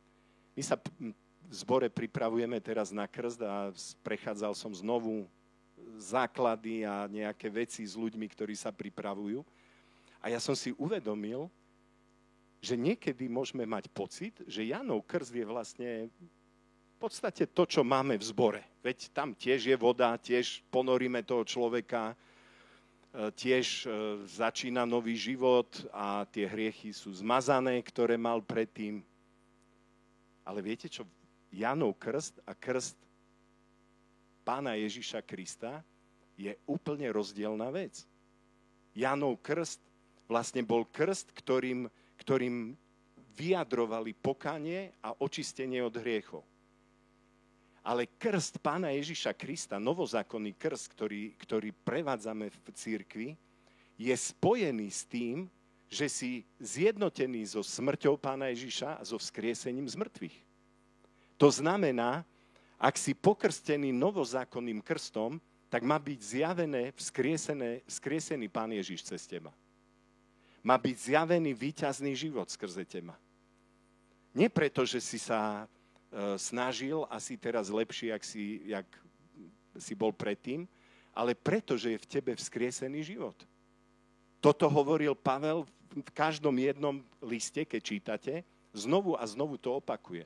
B: My sa v zbore pripravujeme teraz na krst a prechádzal som znovu základy a nejaké veci s ľuďmi, ktorí sa pripravujú. A ja som si uvedomil, že niekedy môžeme mať pocit, že Janov krst je vlastne v podstate to, čo máme v zbore. Veď tam tiež je voda, tiež ponoríme toho človeka, tiež začína nový život a tie hriechy sú zmazané, ktoré mal predtým. Ale viete čo? Janov krst a krst Pána Ježiša Krista je úplne rozdielna vec. Janov krst vlastne bol krst, ktorým, ktorým vyjadrovali pokanie a očistenie od hriechov. Ale krst Pána Ježiša Krista, novozákonný krst, ktorý, ktorý prevádzame v cirkvi, je spojený s tým, že si zjednotený so smrťou Pána Ježiša a so vzkriesením z mŕtvych. To znamená, ak si pokrstený novozákonným krstom, tak má byť zjavené vzkriesené, vzkriesený Pán Ježiš cez teba. Má byť zjavený víťazný život skrze teba. Nie preto, že si sa snažil a si teraz lepší, jak si, jak si bol predtým, ale preto, že je v tebe vzkriesený život. Toto hovoril Pavel v každom jednom liste, keď čítate, znovu a znovu to opakuje.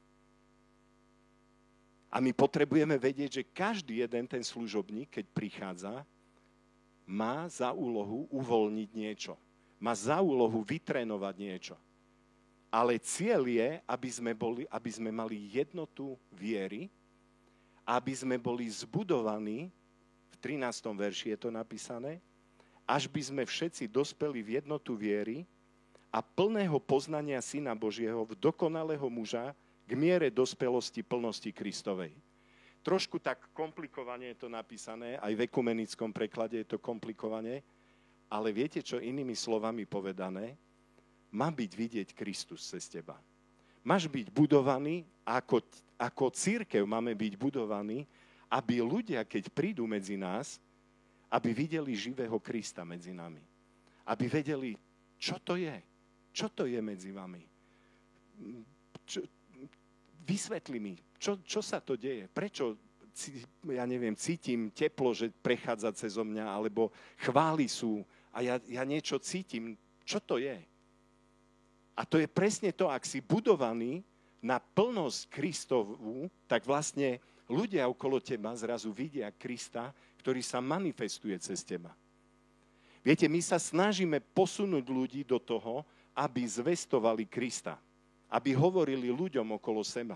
B: A my potrebujeme vedieť, že každý jeden ten služobník, keď prichádza, má za úlohu uvoľniť niečo. Má za úlohu vytrénovať niečo. Ale cieľ je, aby sme, boli, aby sme mali jednotu viery, aby sme boli zbudovaní, v trinástom verši je to napísané, až by sme všetci dospeli v jednotu viery a plného poznania Syna Božieho, v dokonalého muža, k miere dospelosti plnosti Kristovej. Trošku tak komplikovane je to napísané, aj v ekumenickom preklade je to komplikované, ale viete čo, inými slovami povedané, má byť vidieť Kristus cez teba. Máš byť budovaný, ako, ako cirkev máme byť budovaní, aby ľudia, keď prídu medzi nás, aby videli živého Krista medzi nami. Aby vedeli, čo to je. Čo to je medzi vami. Čo, vysvetli mi, čo, čo sa to deje. Prečo, ja neviem, cítim teplo, že prechádza cezo mňa, alebo chvály sú a ja, ja niečo cítim. Čo to je? A to je presne to, ak si budovaný na plnosť Kristovú, tak vlastne ľudia okolo teba zrazu vidia Krista, ktorý sa manifestuje cez teba. Viete, my sa snažíme posunúť ľudí do toho, aby zvestovali Krista, aby hovorili ľuďom okolo seba.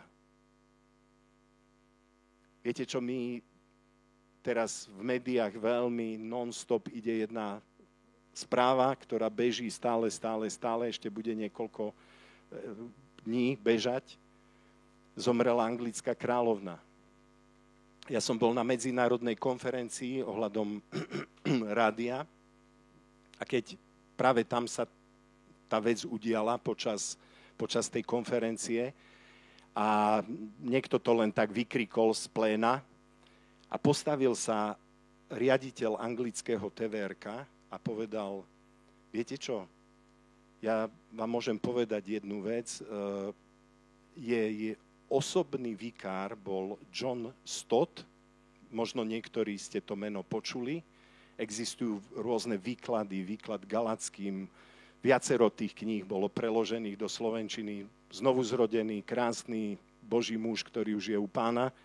B: Viete, čo my teraz v médiách veľmi non-stop ide jedna správa, ktorá beží stále, stále, stále, ešte bude niekoľko dní bežať. Zomrela anglická kráľovna. Ja som bol na medzinárodnej konferencii ohľadom rádia a keď práve tam sa tá vec udiala počas, počas tej konferencie a niekto to len tak vykrikol z pléna a postavil sa riaditeľ anglického té vé erka a povedal, viete čo, ja vám môžem povedať jednu vec, je, je osobný vikár bol John Stott, možno niektorí ste to meno počuli, existujú rôzne výklady, výklad Galackým, viacero tých kníh bolo preložených do slovenčiny, znovu zrodený, krásny Boží muž, ktorý už je u Pána.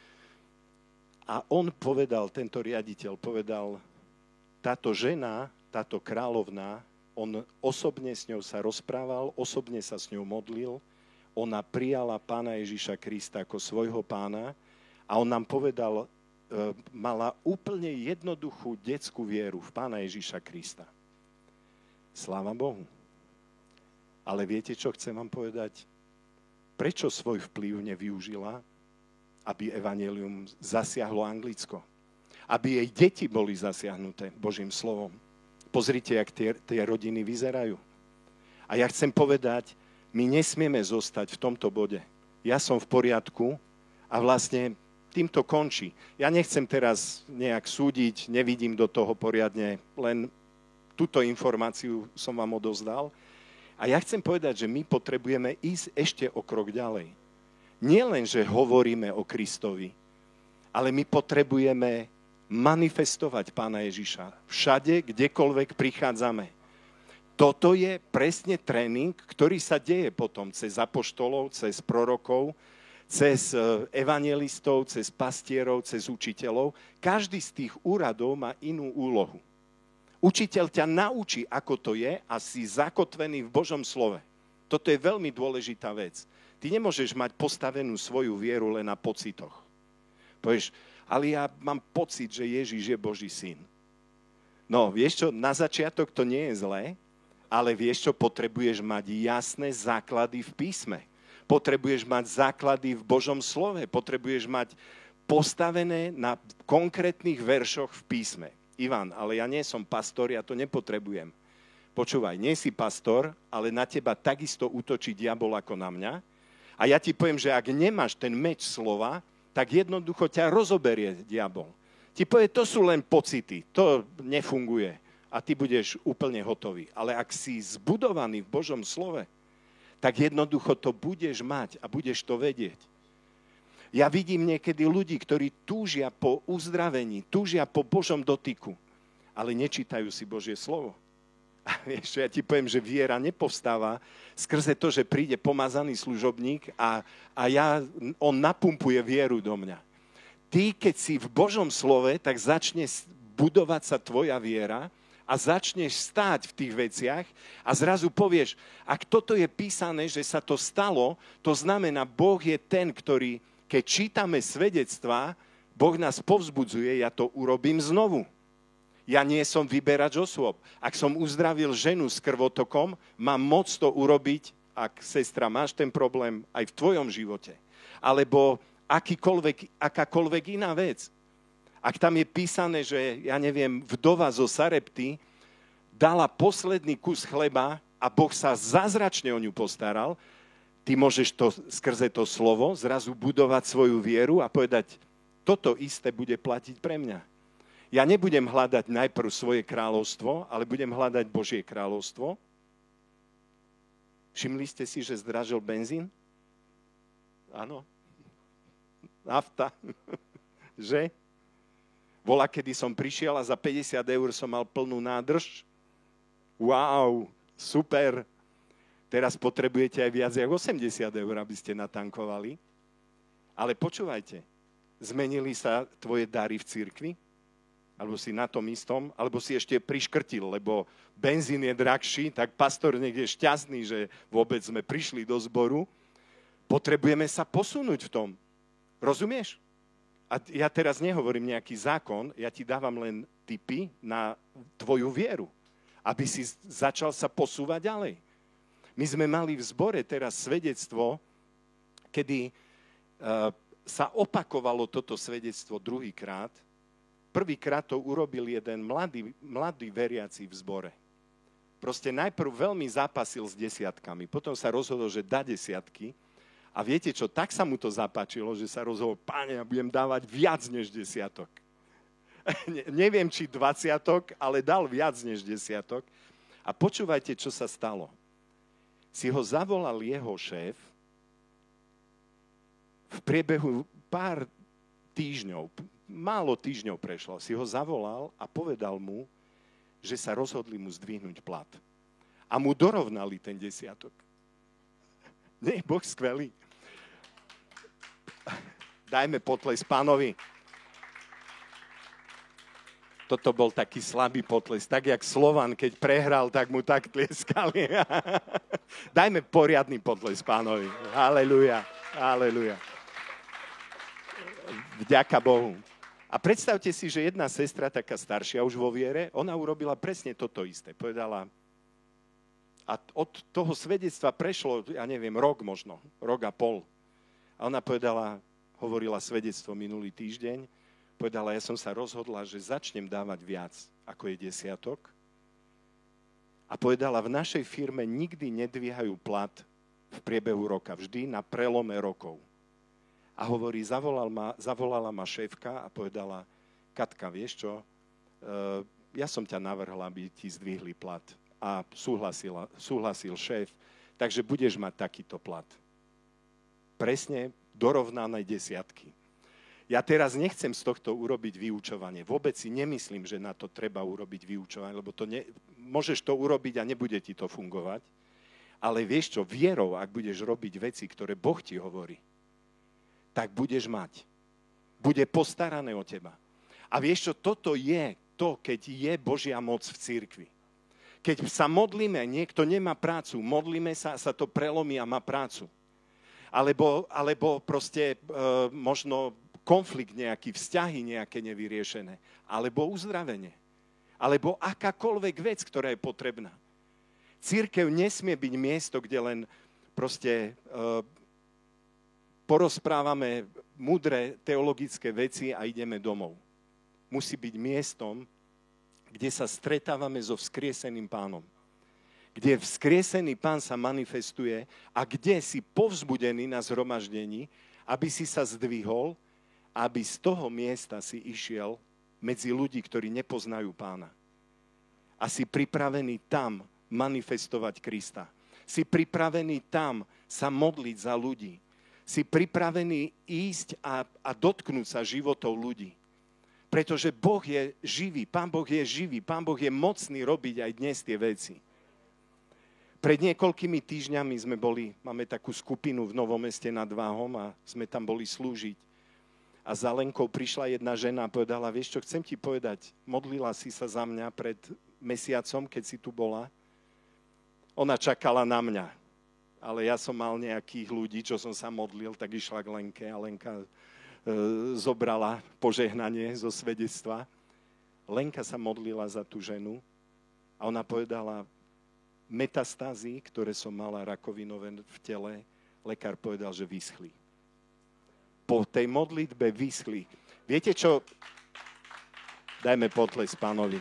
B: A on povedal, tento riaditeľ povedal, táto žena, táto kráľovná, on osobne s ňou sa rozprával, osobne sa s ňou modlil, ona prijala Pána Ježiša Krista ako svojho pána a on nám povedal, mala úplne jednoduchú detskú vieru v Pána Ježiša Krista. Sláva Bohu. Ale viete, čo chcem vám povedať? Prečo svoj vplyv nevyužila, aby evanjelium zasiahlo Anglicko? Aby jej deti boli zasiahnuté Božím slovom. Pozrite, jak tie, tie rodiny vyzerajú. A ja chcem povedať, my nesmieme zostať v tomto bode. Ja som v poriadku a vlastne týmto končí. Ja nechcem teraz nejak súdiť, nevidím do toho poriadne, len túto informáciu som vám odozdal. A ja chcem povedať, že my potrebujeme ísť ešte o krok ďalej. Nie len, že hovoríme o Kristovi, ale my potrebujeme manifestovať Pána Ježiša všade, kdekoľvek prichádzame. Toto je presne tréning, ktorý sa deje potom cez apoštolov, cez prorokov, cez evanjelistov, cez pastierov, cez učiteľov. Každý z tých úradov má inú úlohu. Učiteľ ťa naučí, ako to je a si zakotvený v Božom slove. Toto je veľmi dôležitá vec. Ty nemôžeš mať postavenú svoju vieru len na pocitoch. Povieš, ale ja mám pocit, že Ježiš je Boží syn. No, vieš čo, na začiatok to nie je zlé, ale vieš čo, potrebuješ mať jasné základy v písme. Potrebuješ mať základy v Božom slove. Potrebuješ mať postavené na konkrétnych veršoch v písme. Ivan, ale ja nie som pastor, ja to nepotrebujem. Počúvaj, nie si pastor, ale na teba takisto útočí diabol ako na mňa. A ja ti poviem, že ak nemáš ten meč slova, tak jednoducho ťa rozoberie diabol. Ti povie, to sú len pocity, to nefunguje a ty budeš úplne hotový. Ale ak si zbudovaný v Božom slove, tak jednoducho to budeš mať a budeš to vedieť. Ja vidím niekedy ľudí, ktorí túžia po uzdravení, túžia po Božom dotyku, ale nečítajú si Božie slovo. A vieš, ja ti poviem, že viera nepovstáva skrze to, že príde pomazaný služobník a, a ja, on napumpuje vieru do mňa. Ty, keď si v Božom slove, tak začne budovať sa tvoja viera a začneš stáť v tých veciach a zrazu povieš, ak toto je písané, že sa to stalo, to znamená, Boh je ten, ktorý, keď čítame svedectvá, Boh nás povzbudzuje, ja to urobím znovu. Ja nie som vyberač osôb. Ak som uzdravil ženu s krvotokom, mám moc to urobiť, ak, sestra, máš ten problém aj v tvojom živote. Alebo akýkoľvek, akákoľvek iná vec. Ak tam je písané, že, ja neviem, vdova zo Sarepty dala posledný kus chleba a Boh sa zázračne o ňu postaral, ty môžeš to skrze to slovo zrazu budovať svoju vieru a povedať, toto isté bude platiť pre mňa. Ja nebudem hľadať najprv svoje kráľovstvo, ale budem hľadať Božie kráľovstvo. Všimli ste si, že zdražil benzín? Áno. Nafta. Že? Bola, kedy som prišiel a za päťdesiat eur som mal plnú nádrž. Wow, super. Teraz potrebujete aj viac ako osemdesiat eur, aby ste natankovali. Ale počúvajte, zmenili sa tvoje dary v cirkvi? Alebo si na tom istom, alebo si ešte priškrtil, lebo benzín je drahší, tak pastor nech je šťastný, že vôbec sme prišli do zboru. Potrebujeme sa posunúť v tom. Rozumieš? A ja teraz nehovorím nejaký zákon, ja ti dávam len tipy na tvoju vieru, aby si začal sa posúvať ďalej. My sme mali v zbore teraz svedectvo, kedy uh, sa opakovalo toto svedectvo druhýkrát. Prvýkrát to urobil jeden mladý, mladý veriaci v zbore. Proste najprv veľmi zápasil s desiatkami, potom sa rozhodol, že dá desiatky a viete čo, tak sa mu to zapáčilo, že sa rozhodol, páne, ja budem dávať viac než desiatok. ne, neviem, či dvaciatok, ale dal viac než desiatok. A počúvajte, čo sa stalo. Si ho zavolal jeho šéf v priebehu pár týždňov, málo týždňov prešlo, si ho zavolal a povedal mu, že sa rozhodli mu zdvihnúť plat. A mu dorovnali ten desiatok. Nie je Boh skvelý? Dajme potles Pánovi. Toto bol taký slabý potles, tak jak Slovan, keď prehral, tak mu tak tlieskali. Dajme poriadny potles Pánovi. Halelujá, halelujá. Vďaka Bohu. A predstavte si, že jedna sestra, taká staršia už vo viere, ona urobila presne toto isté. Povedala, a od toho svedectva prešlo, ja neviem, rok možno, rok a pol. A ona povedala, hovorila svedectvo minulý týždeň, povedala, ja som sa rozhodla, že začnem dávať viac, ako je desiatok. A povedala, v našej firme nikdy nedvíhajú plat v priebehu roka, vždy na prelome rokov. A hovorí, zavolal ma, zavolala ma šéfka a povedala, Katka, vieš čo, uh, ja som ťa navrhla, aby ti zdvihli plat. A súhlasil šéf, takže budeš mať takýto plat. Presne dorovnané desiatky. Ja teraz nechcem z tohto urobiť vyučovanie. Vôbec si nemyslím, že na to treba urobiť vyučovanie, lebo to ne, môžeš to urobiť a nebude ti to fungovať. Ale vieš čo, vierou, ak budeš robiť veci, ktoré Boh ti hovorí, tak budeš mať. Bude postarané o teba. A vieš čo, toto je to, keď je Božia moc v cirkvi. Keď sa modlíme, niekto nemá prácu, modlíme sa a sa to prelomí a má prácu. Alebo, alebo proste e, možno konflikt nejaký, vzťahy nejaké nevyriešené. Alebo uzdravenie. Alebo akákoľvek vec, ktorá je potrebná. Cirkev nesmie byť miesto, kde len proste e, porozprávame múdre teologické veci a ideme domov. Musí byť miestom, kde sa stretávame so vzkrieseným Pánom. Kde vzkriesený Pán sa manifestuje a kde si povzbudený na zhromaždení, aby si sa zdvihol, aby z toho miesta si išiel medzi ľudí, ktorí nepoznajú Pána. A si pripravený tam manifestovať Krista. Si pripravený tam sa modliť za ľudí. Si pripravený ísť a, a dotknúť sa životov ľudí. Pretože Boh je živý, Pán Boh je živý, Pán Boh je mocný robiť aj dnes tie veci. Pred niekoľkými týždňami sme boli, máme takú skupinu v Novom Meste nad Váhom a sme tam boli slúžiť. A za Lenkou prišla jedna žena a povedala, vieš čo, chcem ti povedať, modlila si sa za mňa pred mesiacom, keď si tu bola. Ona čakala na mňa, ale ja som mal nejakých ľudí, čo som sa modlil, tak išla k Lenke a Lenka e, zobrala požehnanie zo svedectva. Lenka sa modlila za tú ženu a ona povedala, metastázy, ktoré som mala rakovinové v tele, lekár povedal, že vyschli. Po tej modlitbe vyschli. Viete čo? Dajme potles Pánovi.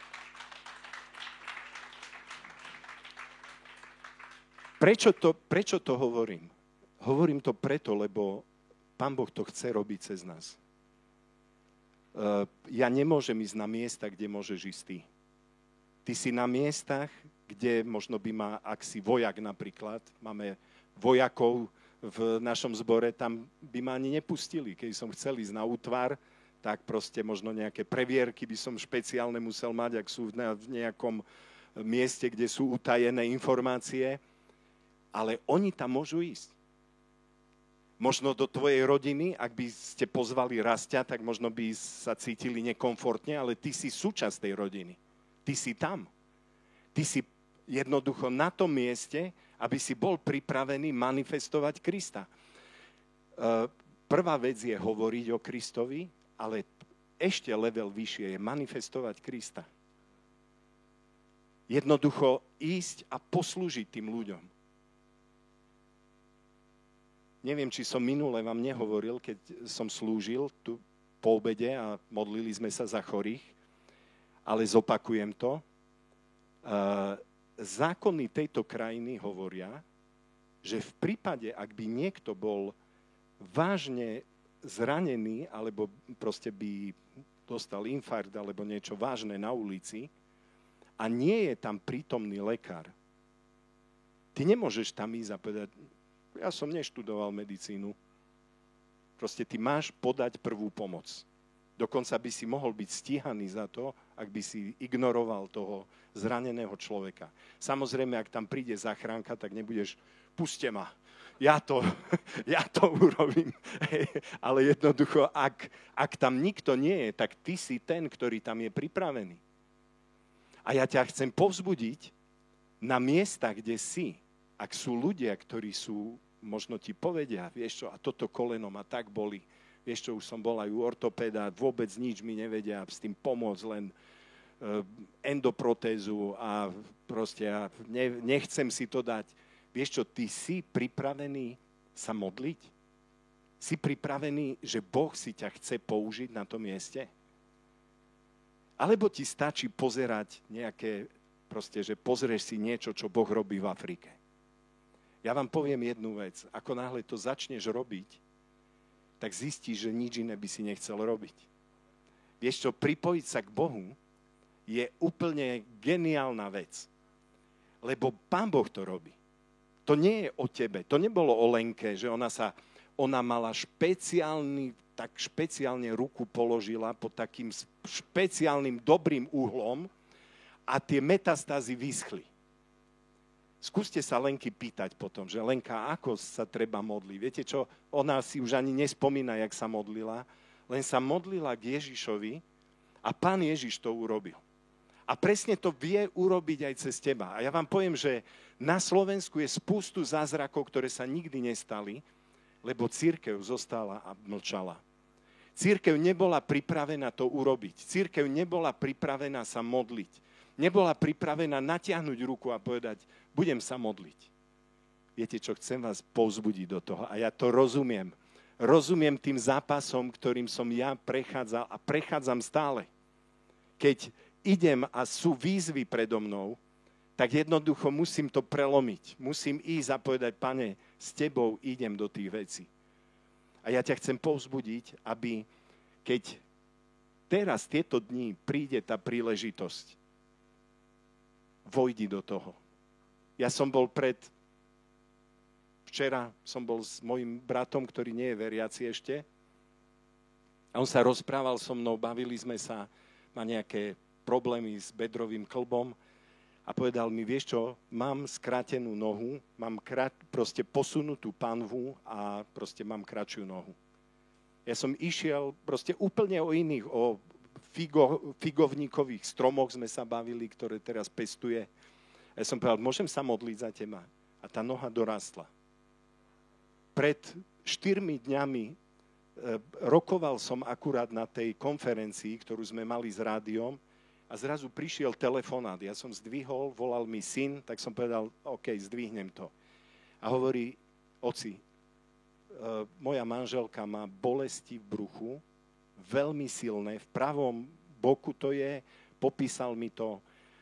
B: Prečo to, prečo to hovorím? Hovorím to preto, lebo Pán Boh to chce robiť cez nás. Uh, ja nemôžem ísť na miesta, kde môžeš ísť ty. Ty si na miestach, kde možno by ma, ak si vojak napríklad, máme vojakov v našom zbore, tam by ma ani nepustili. Keď som chcel ísť na útvar, tak proste možno nejaké previerky by som špeciálne musel mať, ak sú v nejakom mieste, kde sú utajené informácie. Ale oni tam môžu ísť. Možno do tvojej rodiny, ak by ste pozvali Rastia, tak možno by sa cítili nekomfortne, ale ty si súčasť tej rodiny. Ty si tam. Ty si jednoducho na tom mieste, aby si bol pripravený manifestovať Krista. Prvá vec je hovoriť o Kristovi, ale ešte level vyššie je manifestovať Krista. Jednoducho ísť a poslúžiť tým ľuďom. Neviem, či som minule vám nehovoril, keď som slúžil tu po obede a modlili sme sa za chorých, ale zopakujem to. Zákony tejto krajiny hovoria, že v prípade, ak by niekto bol vážne zranený, alebo proste by dostal infarkt alebo niečo vážne na ulici a nie je tam prítomný lekár, ty nemôžeš tam ísť a povedať, ja som neštudoval medicínu. Proste ty máš podať prvú pomoc. Dokonca by si mohol byť stíhaný za to, ak by si ignoroval toho zraneného človeka. Samozrejme, ak tam príde záchranka, tak nebudeš, puste ma, ja to, ja to urobím. Ale jednoducho, ak, ak tam nikto nie je, tak ty si ten, ktorý tam je pripravený. A ja ťa chcem povzbudiť na miesta, kde si, ak sú ľudia, ktorí sú, možno ti povedia, vieš čo, a toto koleno ma tak boli, vieš čo, už som bol aj u ortopéda, vôbec nič mi nevedia s tým pomôcť, len uh, endoprotézu a proste ja ne, nechcem si to dať. Vieš čo, ty si pripravený sa modliť? Si pripravený, že Boh si ťa chce použiť na tom mieste? Alebo ti stačí pozerať nejaké, proste, že pozrieš si niečo, čo Boh robí v Afrike? Ja vám poviem jednu vec. Ako náhle to začneš robiť, tak zistíš, že nič iné by si nechcel robiť. Vieš čo, pripojiť sa k Bohu je úplne geniálna vec. Lebo Pán Boh to robí. To nie je o tebe. To nebolo o Lenke, že ona sa ona mala špeciálny, tak špeciálne ruku položila pod takým špeciálnym dobrým uhlom a tie metastázy vyschli. Skúste sa Lenky pýtať potom, že Lenka, ako sa treba modliť? Viete čo, ona si už ani nespomína, jak sa modlila, len sa modlila k Ježišovi a Pán Ježiš to urobil. A presne to vie urobiť aj cez teba. A ja vám poviem, že na Slovensku je spustu zázrakov, ktoré sa nikdy nestali, lebo cirkev zostala a mlčala. Cirkev nebola pripravená to urobiť. Cirkev nebola pripravená sa modliť. Nebola pripravená natiahnuť ruku a povedať, budem sa modliť. Viete čo, chcem vás povzbudiť do toho. A ja to rozumiem. Rozumiem tým zápasom, ktorým som ja prechádzal a prechádzam stále. Keď idem a sú výzvy predo mnou, tak jednoducho musím to prelomiť. Musím ísť a povedať, Pane, s tebou idem do tých vecí. A ja ťa chcem povzbudiť, aby keď teraz tieto dni príde tá príležitosť, vojdi do toho. Ja som bol pred, včera som bol s mojim bratom, ktorý nie je veriaci ešte, a on sa rozprával so mnou, bavili sme sa, má nejaké problémy s bedrovým klbom, a povedal mi, vieš čo, mám skrátenú nohu, mám krát, proste posunutú panvu a proste mám kratšiu nohu. Ja som išiel proste úplne o iných, o figo, figovníkových stromoch sme sa bavili, ktoré teraz pestuje. A ja som povedal, môžem sa modliť za teba? A tá noha dorastla. Pred štyrmi dňami e, rokoval som akurát na tej konferencii, ktorú sme mali s rádiom, a zrazu prišiel telefonát. Ja som zdvihol, volal mi syn, tak som povedal, OK, zdvihnem to. A hovorí, oci, e, moja manželka má bolesti v bruchu, veľmi silné, v pravom boku to je, popísal mi to.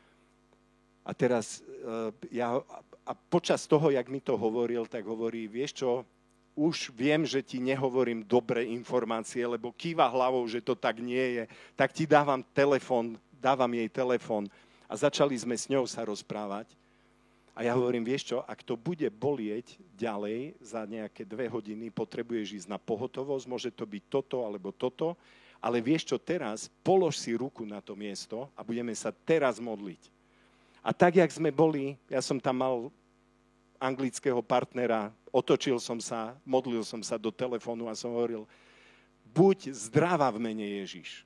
B: A teraz, e, ja, a počas toho, jak mi to hovoril, tak hovorí, vieš čo, už viem, že ti nehovorím dobré informácie, lebo kýva hlavou, že to tak nie je, tak ti dávam telefón, dávam jej telefón a začali sme s ňou sa rozprávať. A ja hovorím, vieš čo, ak to bude bolieť ďalej za nejaké dve hodiny, potrebuješ ísť na pohotovosť, môže to byť toto alebo toto, ale vieš čo, teraz polož si ruku na to miesto a budeme sa teraz modliť. A tak, jak sme boli, ja som tam mal anglického partnera, otočil som sa, modlil som sa do telefónu a som hovoril, buď zdravá v mene Ježiš.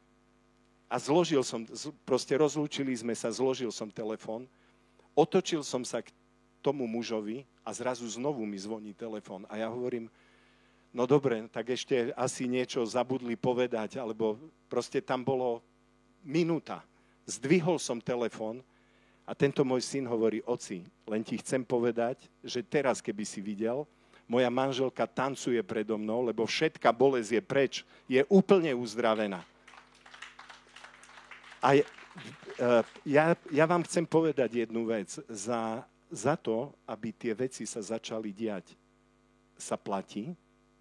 B: A zložil som, proste rozlúčili sme sa, zložil som telefón, otočil som sa k tomu mužovi a zrazu znovu mi zvoní telefón. A ja hovorím, no dobre, tak ešte asi niečo zabudli povedať, alebo proste tam bolo minúta. Zdvihol som telefón a tento môj syn hovorí, oci, len ti chcem povedať, že teraz, keby si videl, moja manželka tancuje predo mnou, lebo všetká bolesť je preč, je úplne uzdravená. A ja, ja vám chcem povedať jednu vec. Za, za to, aby tie veci sa začali diať, sa platí.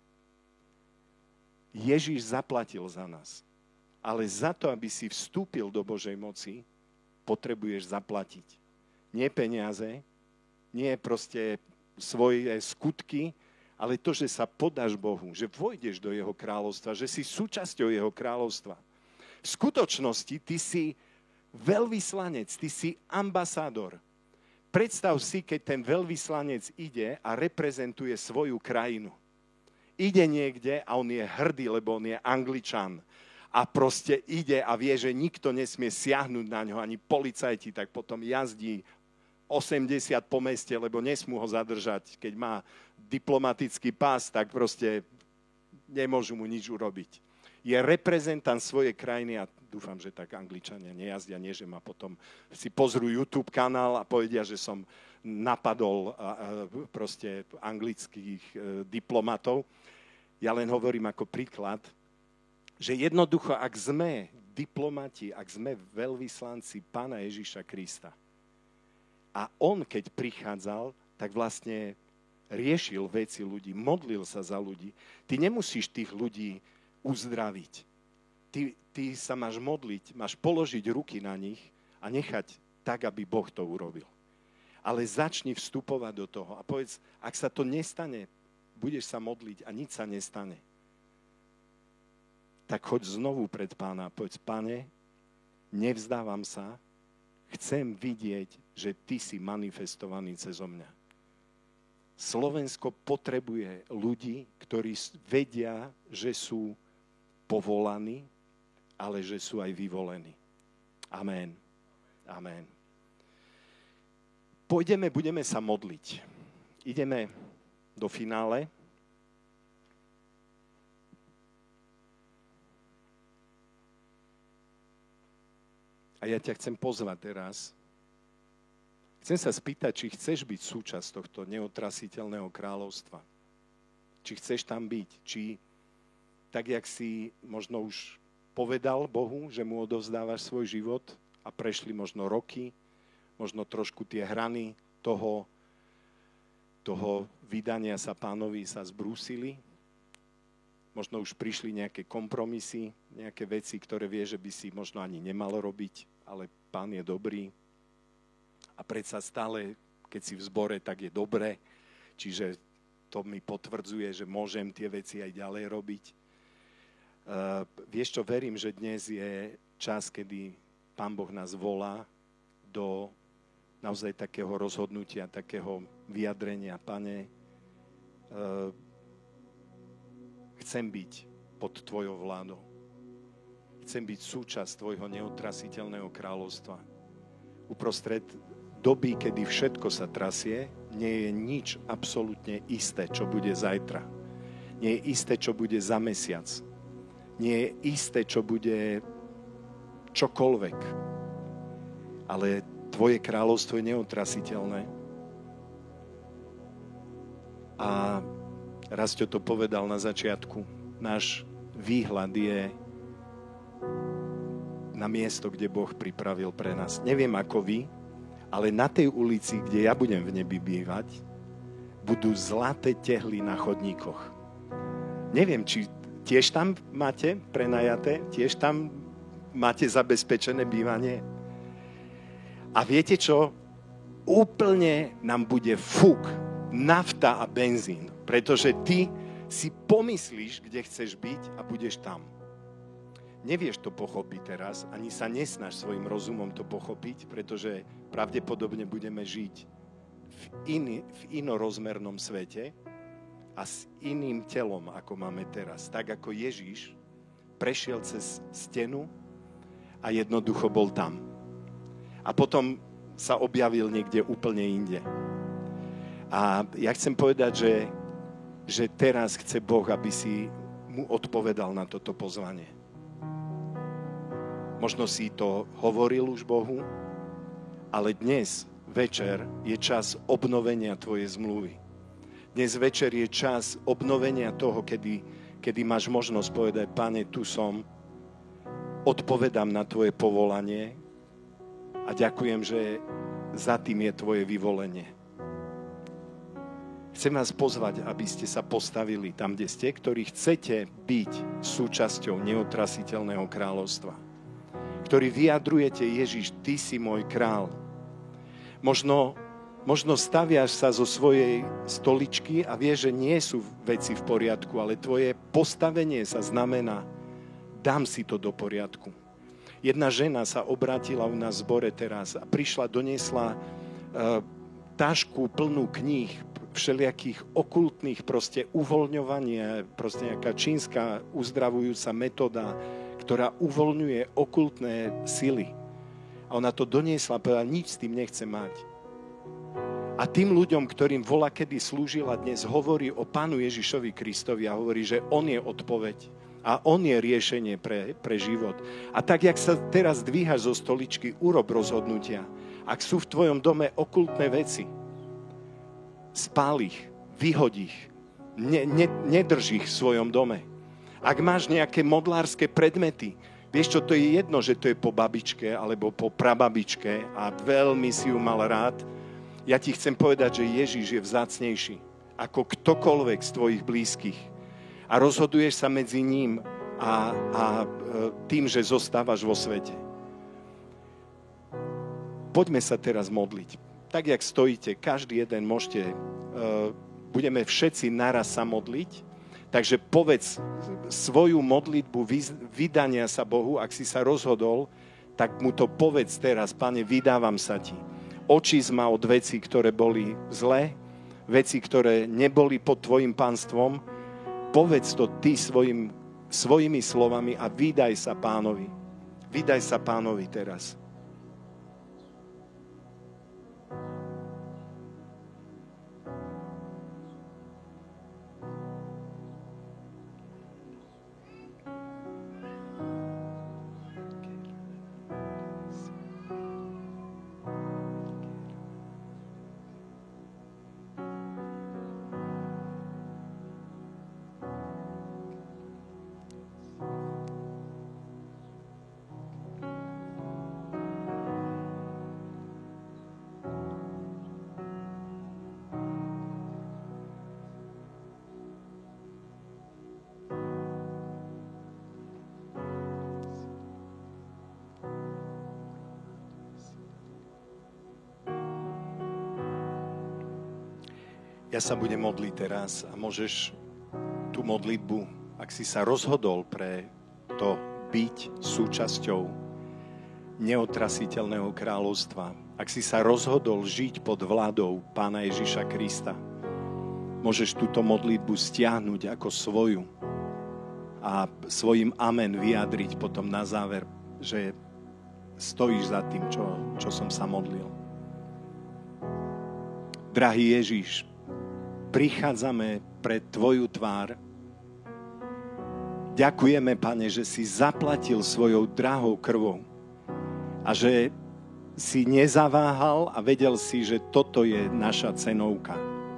B: Ježiš zaplatil za nás. Ale za to, aby si vstúpil do Božej moci, potrebuješ zaplatiť. Nie peniaze, nie proste svoje skutky, ale to, že sa podáš Bohu, že vojdeš do Jeho kráľovstva, že si súčasťou Jeho kráľovstva. V skutočnosti ty si veľvyslanec, ty si ambasádor. Predstav si, keď ten veľvyslanec ide a reprezentuje svoju krajinu. Ide niekde a on je hrdý, lebo on je Angličan. A proste ide a vie, že nikto nesmie siahnuť na ňo, ani policajti, tak potom jazdí osemdesiat po meste, lebo nesmú ho zadržať. Keď má diplomatický pás, tak proste nemôžu mu nič urobiť. Je reprezentant svojej krajiny a dúfam, že tak Angličania nejazdia, nie, že ma potom si pozrú YouTube kanál a povedia, že som napadol a, a, proste anglických e, diplomatov. Ja len hovorím ako príklad, že jednoducho, ak sme diplomati, ak sme veľvyslanci Pána Ježiša Krista a on, keď prichádzal, tak vlastne riešil veci ľudí, modlil sa za ľudí. Ty nemusíš tých ľudí uzdraviť. Ty, ty sa máš modliť, máš položiť ruky na nich a nechať tak, aby Boh to urobil. Ale začni vstupovať do toho a povedz, ak sa to nestane budeš sa modliť a nič sa nestane, tak choď znovu pred Pána a povedz, Pane, nevzdávam sa, chcem vidieť, že Ty si manifestovaný cezo mňa. Slovensko potrebuje ľudí, ktorí vedia, že sú povolaní, ale že sú aj vyvolení. Amen. Amen. Pôjdeme, budeme sa modliť. Ideme do finále. A ja ťa chcem pozvať teraz. Chcem sa spýtať, či chceš byť súčasť tohto neotrasiteľného kráľovstva. Či chceš tam byť. Či, tak jak si možno už povedal Bohu, že mu odovzdávaš svoj život a prešli možno roky, možno trošku tie hrany toho, toho vydania sa Pánovi sa zbrúsili. Možno už prišli nejaké kompromisy, nejaké veci, ktoré vie, že by si možno ani nemal robiť, ale Pán je dobrý. A predsa stále, keď si v zbore, tak je dobre. Čiže to mi potvrdzuje, že môžem tie veci aj ďalej robiť. Uh, vieš čo, verím, že dnes je čas, kedy Pán Boh nás volá do naozaj takého rozhodnutia, takého vyjadrenia. Pane, uh, chcem byť pod tvojou vládou. Chcem byť súčasť tvojho neotrasiteľného kráľovstva. Uprostred doby, kedy všetko sa trasie, nie je nič absolútne isté, čo bude zajtra. Nie je isté, čo bude za mesiac. Nie je isté, čo bude čokoľvek. Ale tvoje kráľovstvo je neotrasiteľné. A Rastio to povedal na začiatku. Náš výhľad je na miesto, kde Boh pripravil pre nás. Neviem ako vy, ale na tej ulici, kde ja budem v nebi bývať, budú zlaté tehly na chodníkoch. Neviem, či tiež tam máte prenajaté, tiež tam máte zabezpečené bývanie. A viete čo? Úplne nám bude fúk, nafta a benzín, pretože ty si pomyslíš, kde chceš byť a budeš tam. Nevieš to pochopiť teraz, ani sa nesnaž svojim rozumom to pochopiť, pretože pravdepodobne budeme žiť v, iný, v inorozmernom svete a s iným telom, ako máme teraz. Tak ako Ježiš prešiel cez stenu a jednoducho bol tam. A potom sa objavil niekde úplne inde. A ja chcem povedať, že, že teraz chce Boh, aby si mu odpovedal na toto pozvanie. Možno si to hovoril už Bohu, ale dnes večer je čas obnovenia tvojej zmluvy. Dnes večer je čas obnovenia toho, kedy, kedy máš možnosť povedať, Pane, tu som, odpovedám na tvoje povolanie a ďakujem, že za tým je tvoje vyvolenie. Chcem vás pozvať, aby ste sa postavili tam, kde ste, ktorí chcete byť súčasťou neotrasiteľného kráľovstva. Ktorí vyjadrujete, Ježiš, ty si môj král. Možno, možno staviaš sa zo svojej stoličky a vieš, že nie sú veci v poriadku, ale tvoje postavenie sa znamená, dám si to do poriadku. Jedna žena sa obrátila u nás v zbore teraz a prišla, doniesla uh, tašku plnú kníh, všelijakých okultných proste uvoľňovania, proste nejaká čínska uzdravujúca metóda, ktorá uvoľňuje okultné sily. A ona to doniesla a povedala, nič s tým nechce mať. A tým ľuďom, ktorým vola kedy slúžila, dnes hovorí o Pánu Ježišovi Kristovi a hovorí, že on je odpoveď a on je riešenie pre, pre život. A tak, jak sa teraz dvíhaš zo stoličky, urob rozhodnutia. Ak sú v tvojom dome okultné veci, spál ich, vyhoď ich, ne, ne, nedrž ich v svojom dome. Ak máš nejaké modlárske predmety, vieš čo, to je jedno, že to je po babičke alebo po prababičke a veľmi si ju mal rád. Ja ti chcem povedať, že Ježiš je vzácnejší ako ktokoľvek z tvojich blízkych. A rozhoduješ sa medzi ním a, a tým, že zostávaš vo svete. Poďme sa teraz modliť. Tak, jak stojíte, každý jeden môžete uh, budeme všetci naraz sa modliť. Takže povedz svoju modlitbu vydania sa Bohu, ak si sa rozhodol, tak mu to povedz teraz: Pane, vydávam sa ti. Očísť ma od vecí, ktoré boli zlé, veci, ktoré neboli pod tvojim pánstvom. Povedz to ty svojim, svojimi slovami a vydaj sa Pánovi. Vydaj sa Pánovi teraz. Ja sa budem modliť teraz a môžeš tú modlitbu, ak si sa rozhodol pre to byť súčasťou neotrasiteľného kráľovstva, ak si sa rozhodol žiť pod vládou Pána Ježiša Krista, môžeš túto modlitbu stiahnuť ako svoju a svojim amen vyjadriť potom na záver, že stojíš za tým, čo, čo som sa modlil. Drahý Ježiš, prichádzame pred tvoju tvár. Ďakujeme, Pane, že si zaplatil svojou drahou krvou a že si nezaváhal a vedel si, že toto je naša cenovka.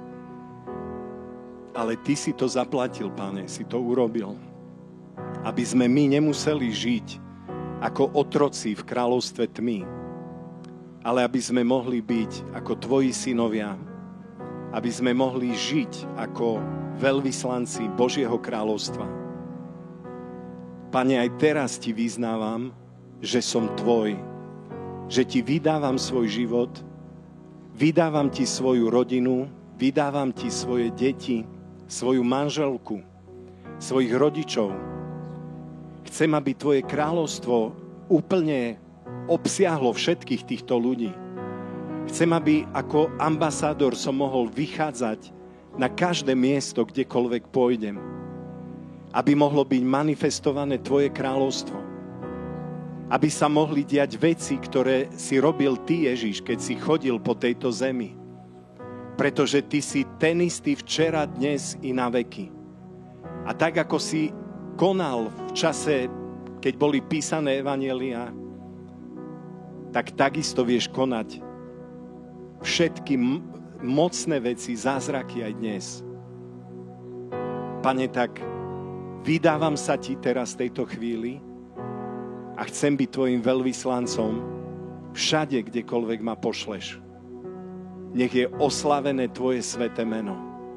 B: Ale ty si to zaplatil, Pane, si to urobil, aby sme my nemuseli žiť ako otroci v kráľovstve tmy, ale aby sme mohli byť ako tvoji synovia, aby sme mohli žiť ako veľvyslanci Božieho kráľovstva. Pane, aj teraz ti vyznávam, že som tvoj, že ti vydávam svoj život, vydávam ti svoju rodinu, vydávam ti svoje deti, svoju manželku, svojich rodičov. Chcem, aby tvoje kráľovstvo úplne obsiahlo všetkých týchto ľudí. Chcem, aby ako ambasádor som mohol vychádzať na každé miesto, kdekoľvek pôjdem. Aby mohlo byť manifestované tvoje kráľovstvo. Aby sa mohli diať veci, ktoré si robil ty, Ježiš, keď si chodil po tejto zemi. Pretože ty si ten istý včera, dnes i na veky. A tak, ako si konal v čase, keď boli písané evanjelia, tak takisto vieš konať všetky mocné veci, zázraky aj dnes. Pane, tak vydávam sa ti teraz v tejto chvíli a chcem byť tvojim veľvyslancom všade, kdekoľvek ma pošleš. Nech je oslavené tvoje sväté meno.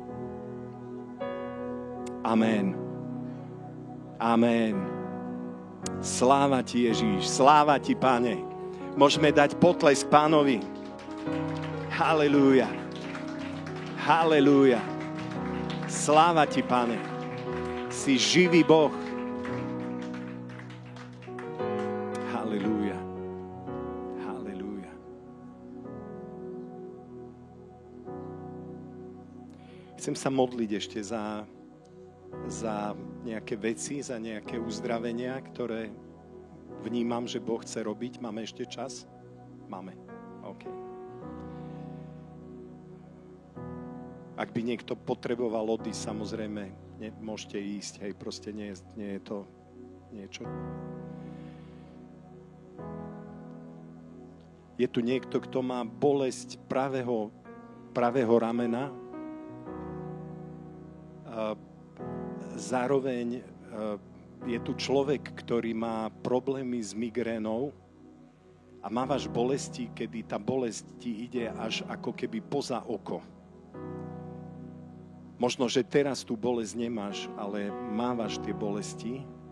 B: Amen. Amen. Sláva ti, Ježíš. Sláva ti, Pane. Môžeme dať potlesk Pánovi. Halelúja. Halelúja. Sláva ti, Pane. Si živý Boh. Halelúja. Halelúja. Chcem sa modliť ešte za, za nejaké veci, za nejaké uzdravenia, ktoré vnímam, že Boh chce robiť. Máme ešte čas? Máme. OK. Ak by niekto potreboval odísť, samozrejme, ne, môžete ísť, hej, proste nie, nie je to niečo. Je tu niekto, kto má bolesť pravého, pravého ramena. A zároveň je tu človek, ktorý má problémy s migrénou a mávaš bolesti, kedy tá bolesť ti ide až ako keby poza oko. Možno, že teraz tú bolesť nemáš, ale mávaš tie bolesti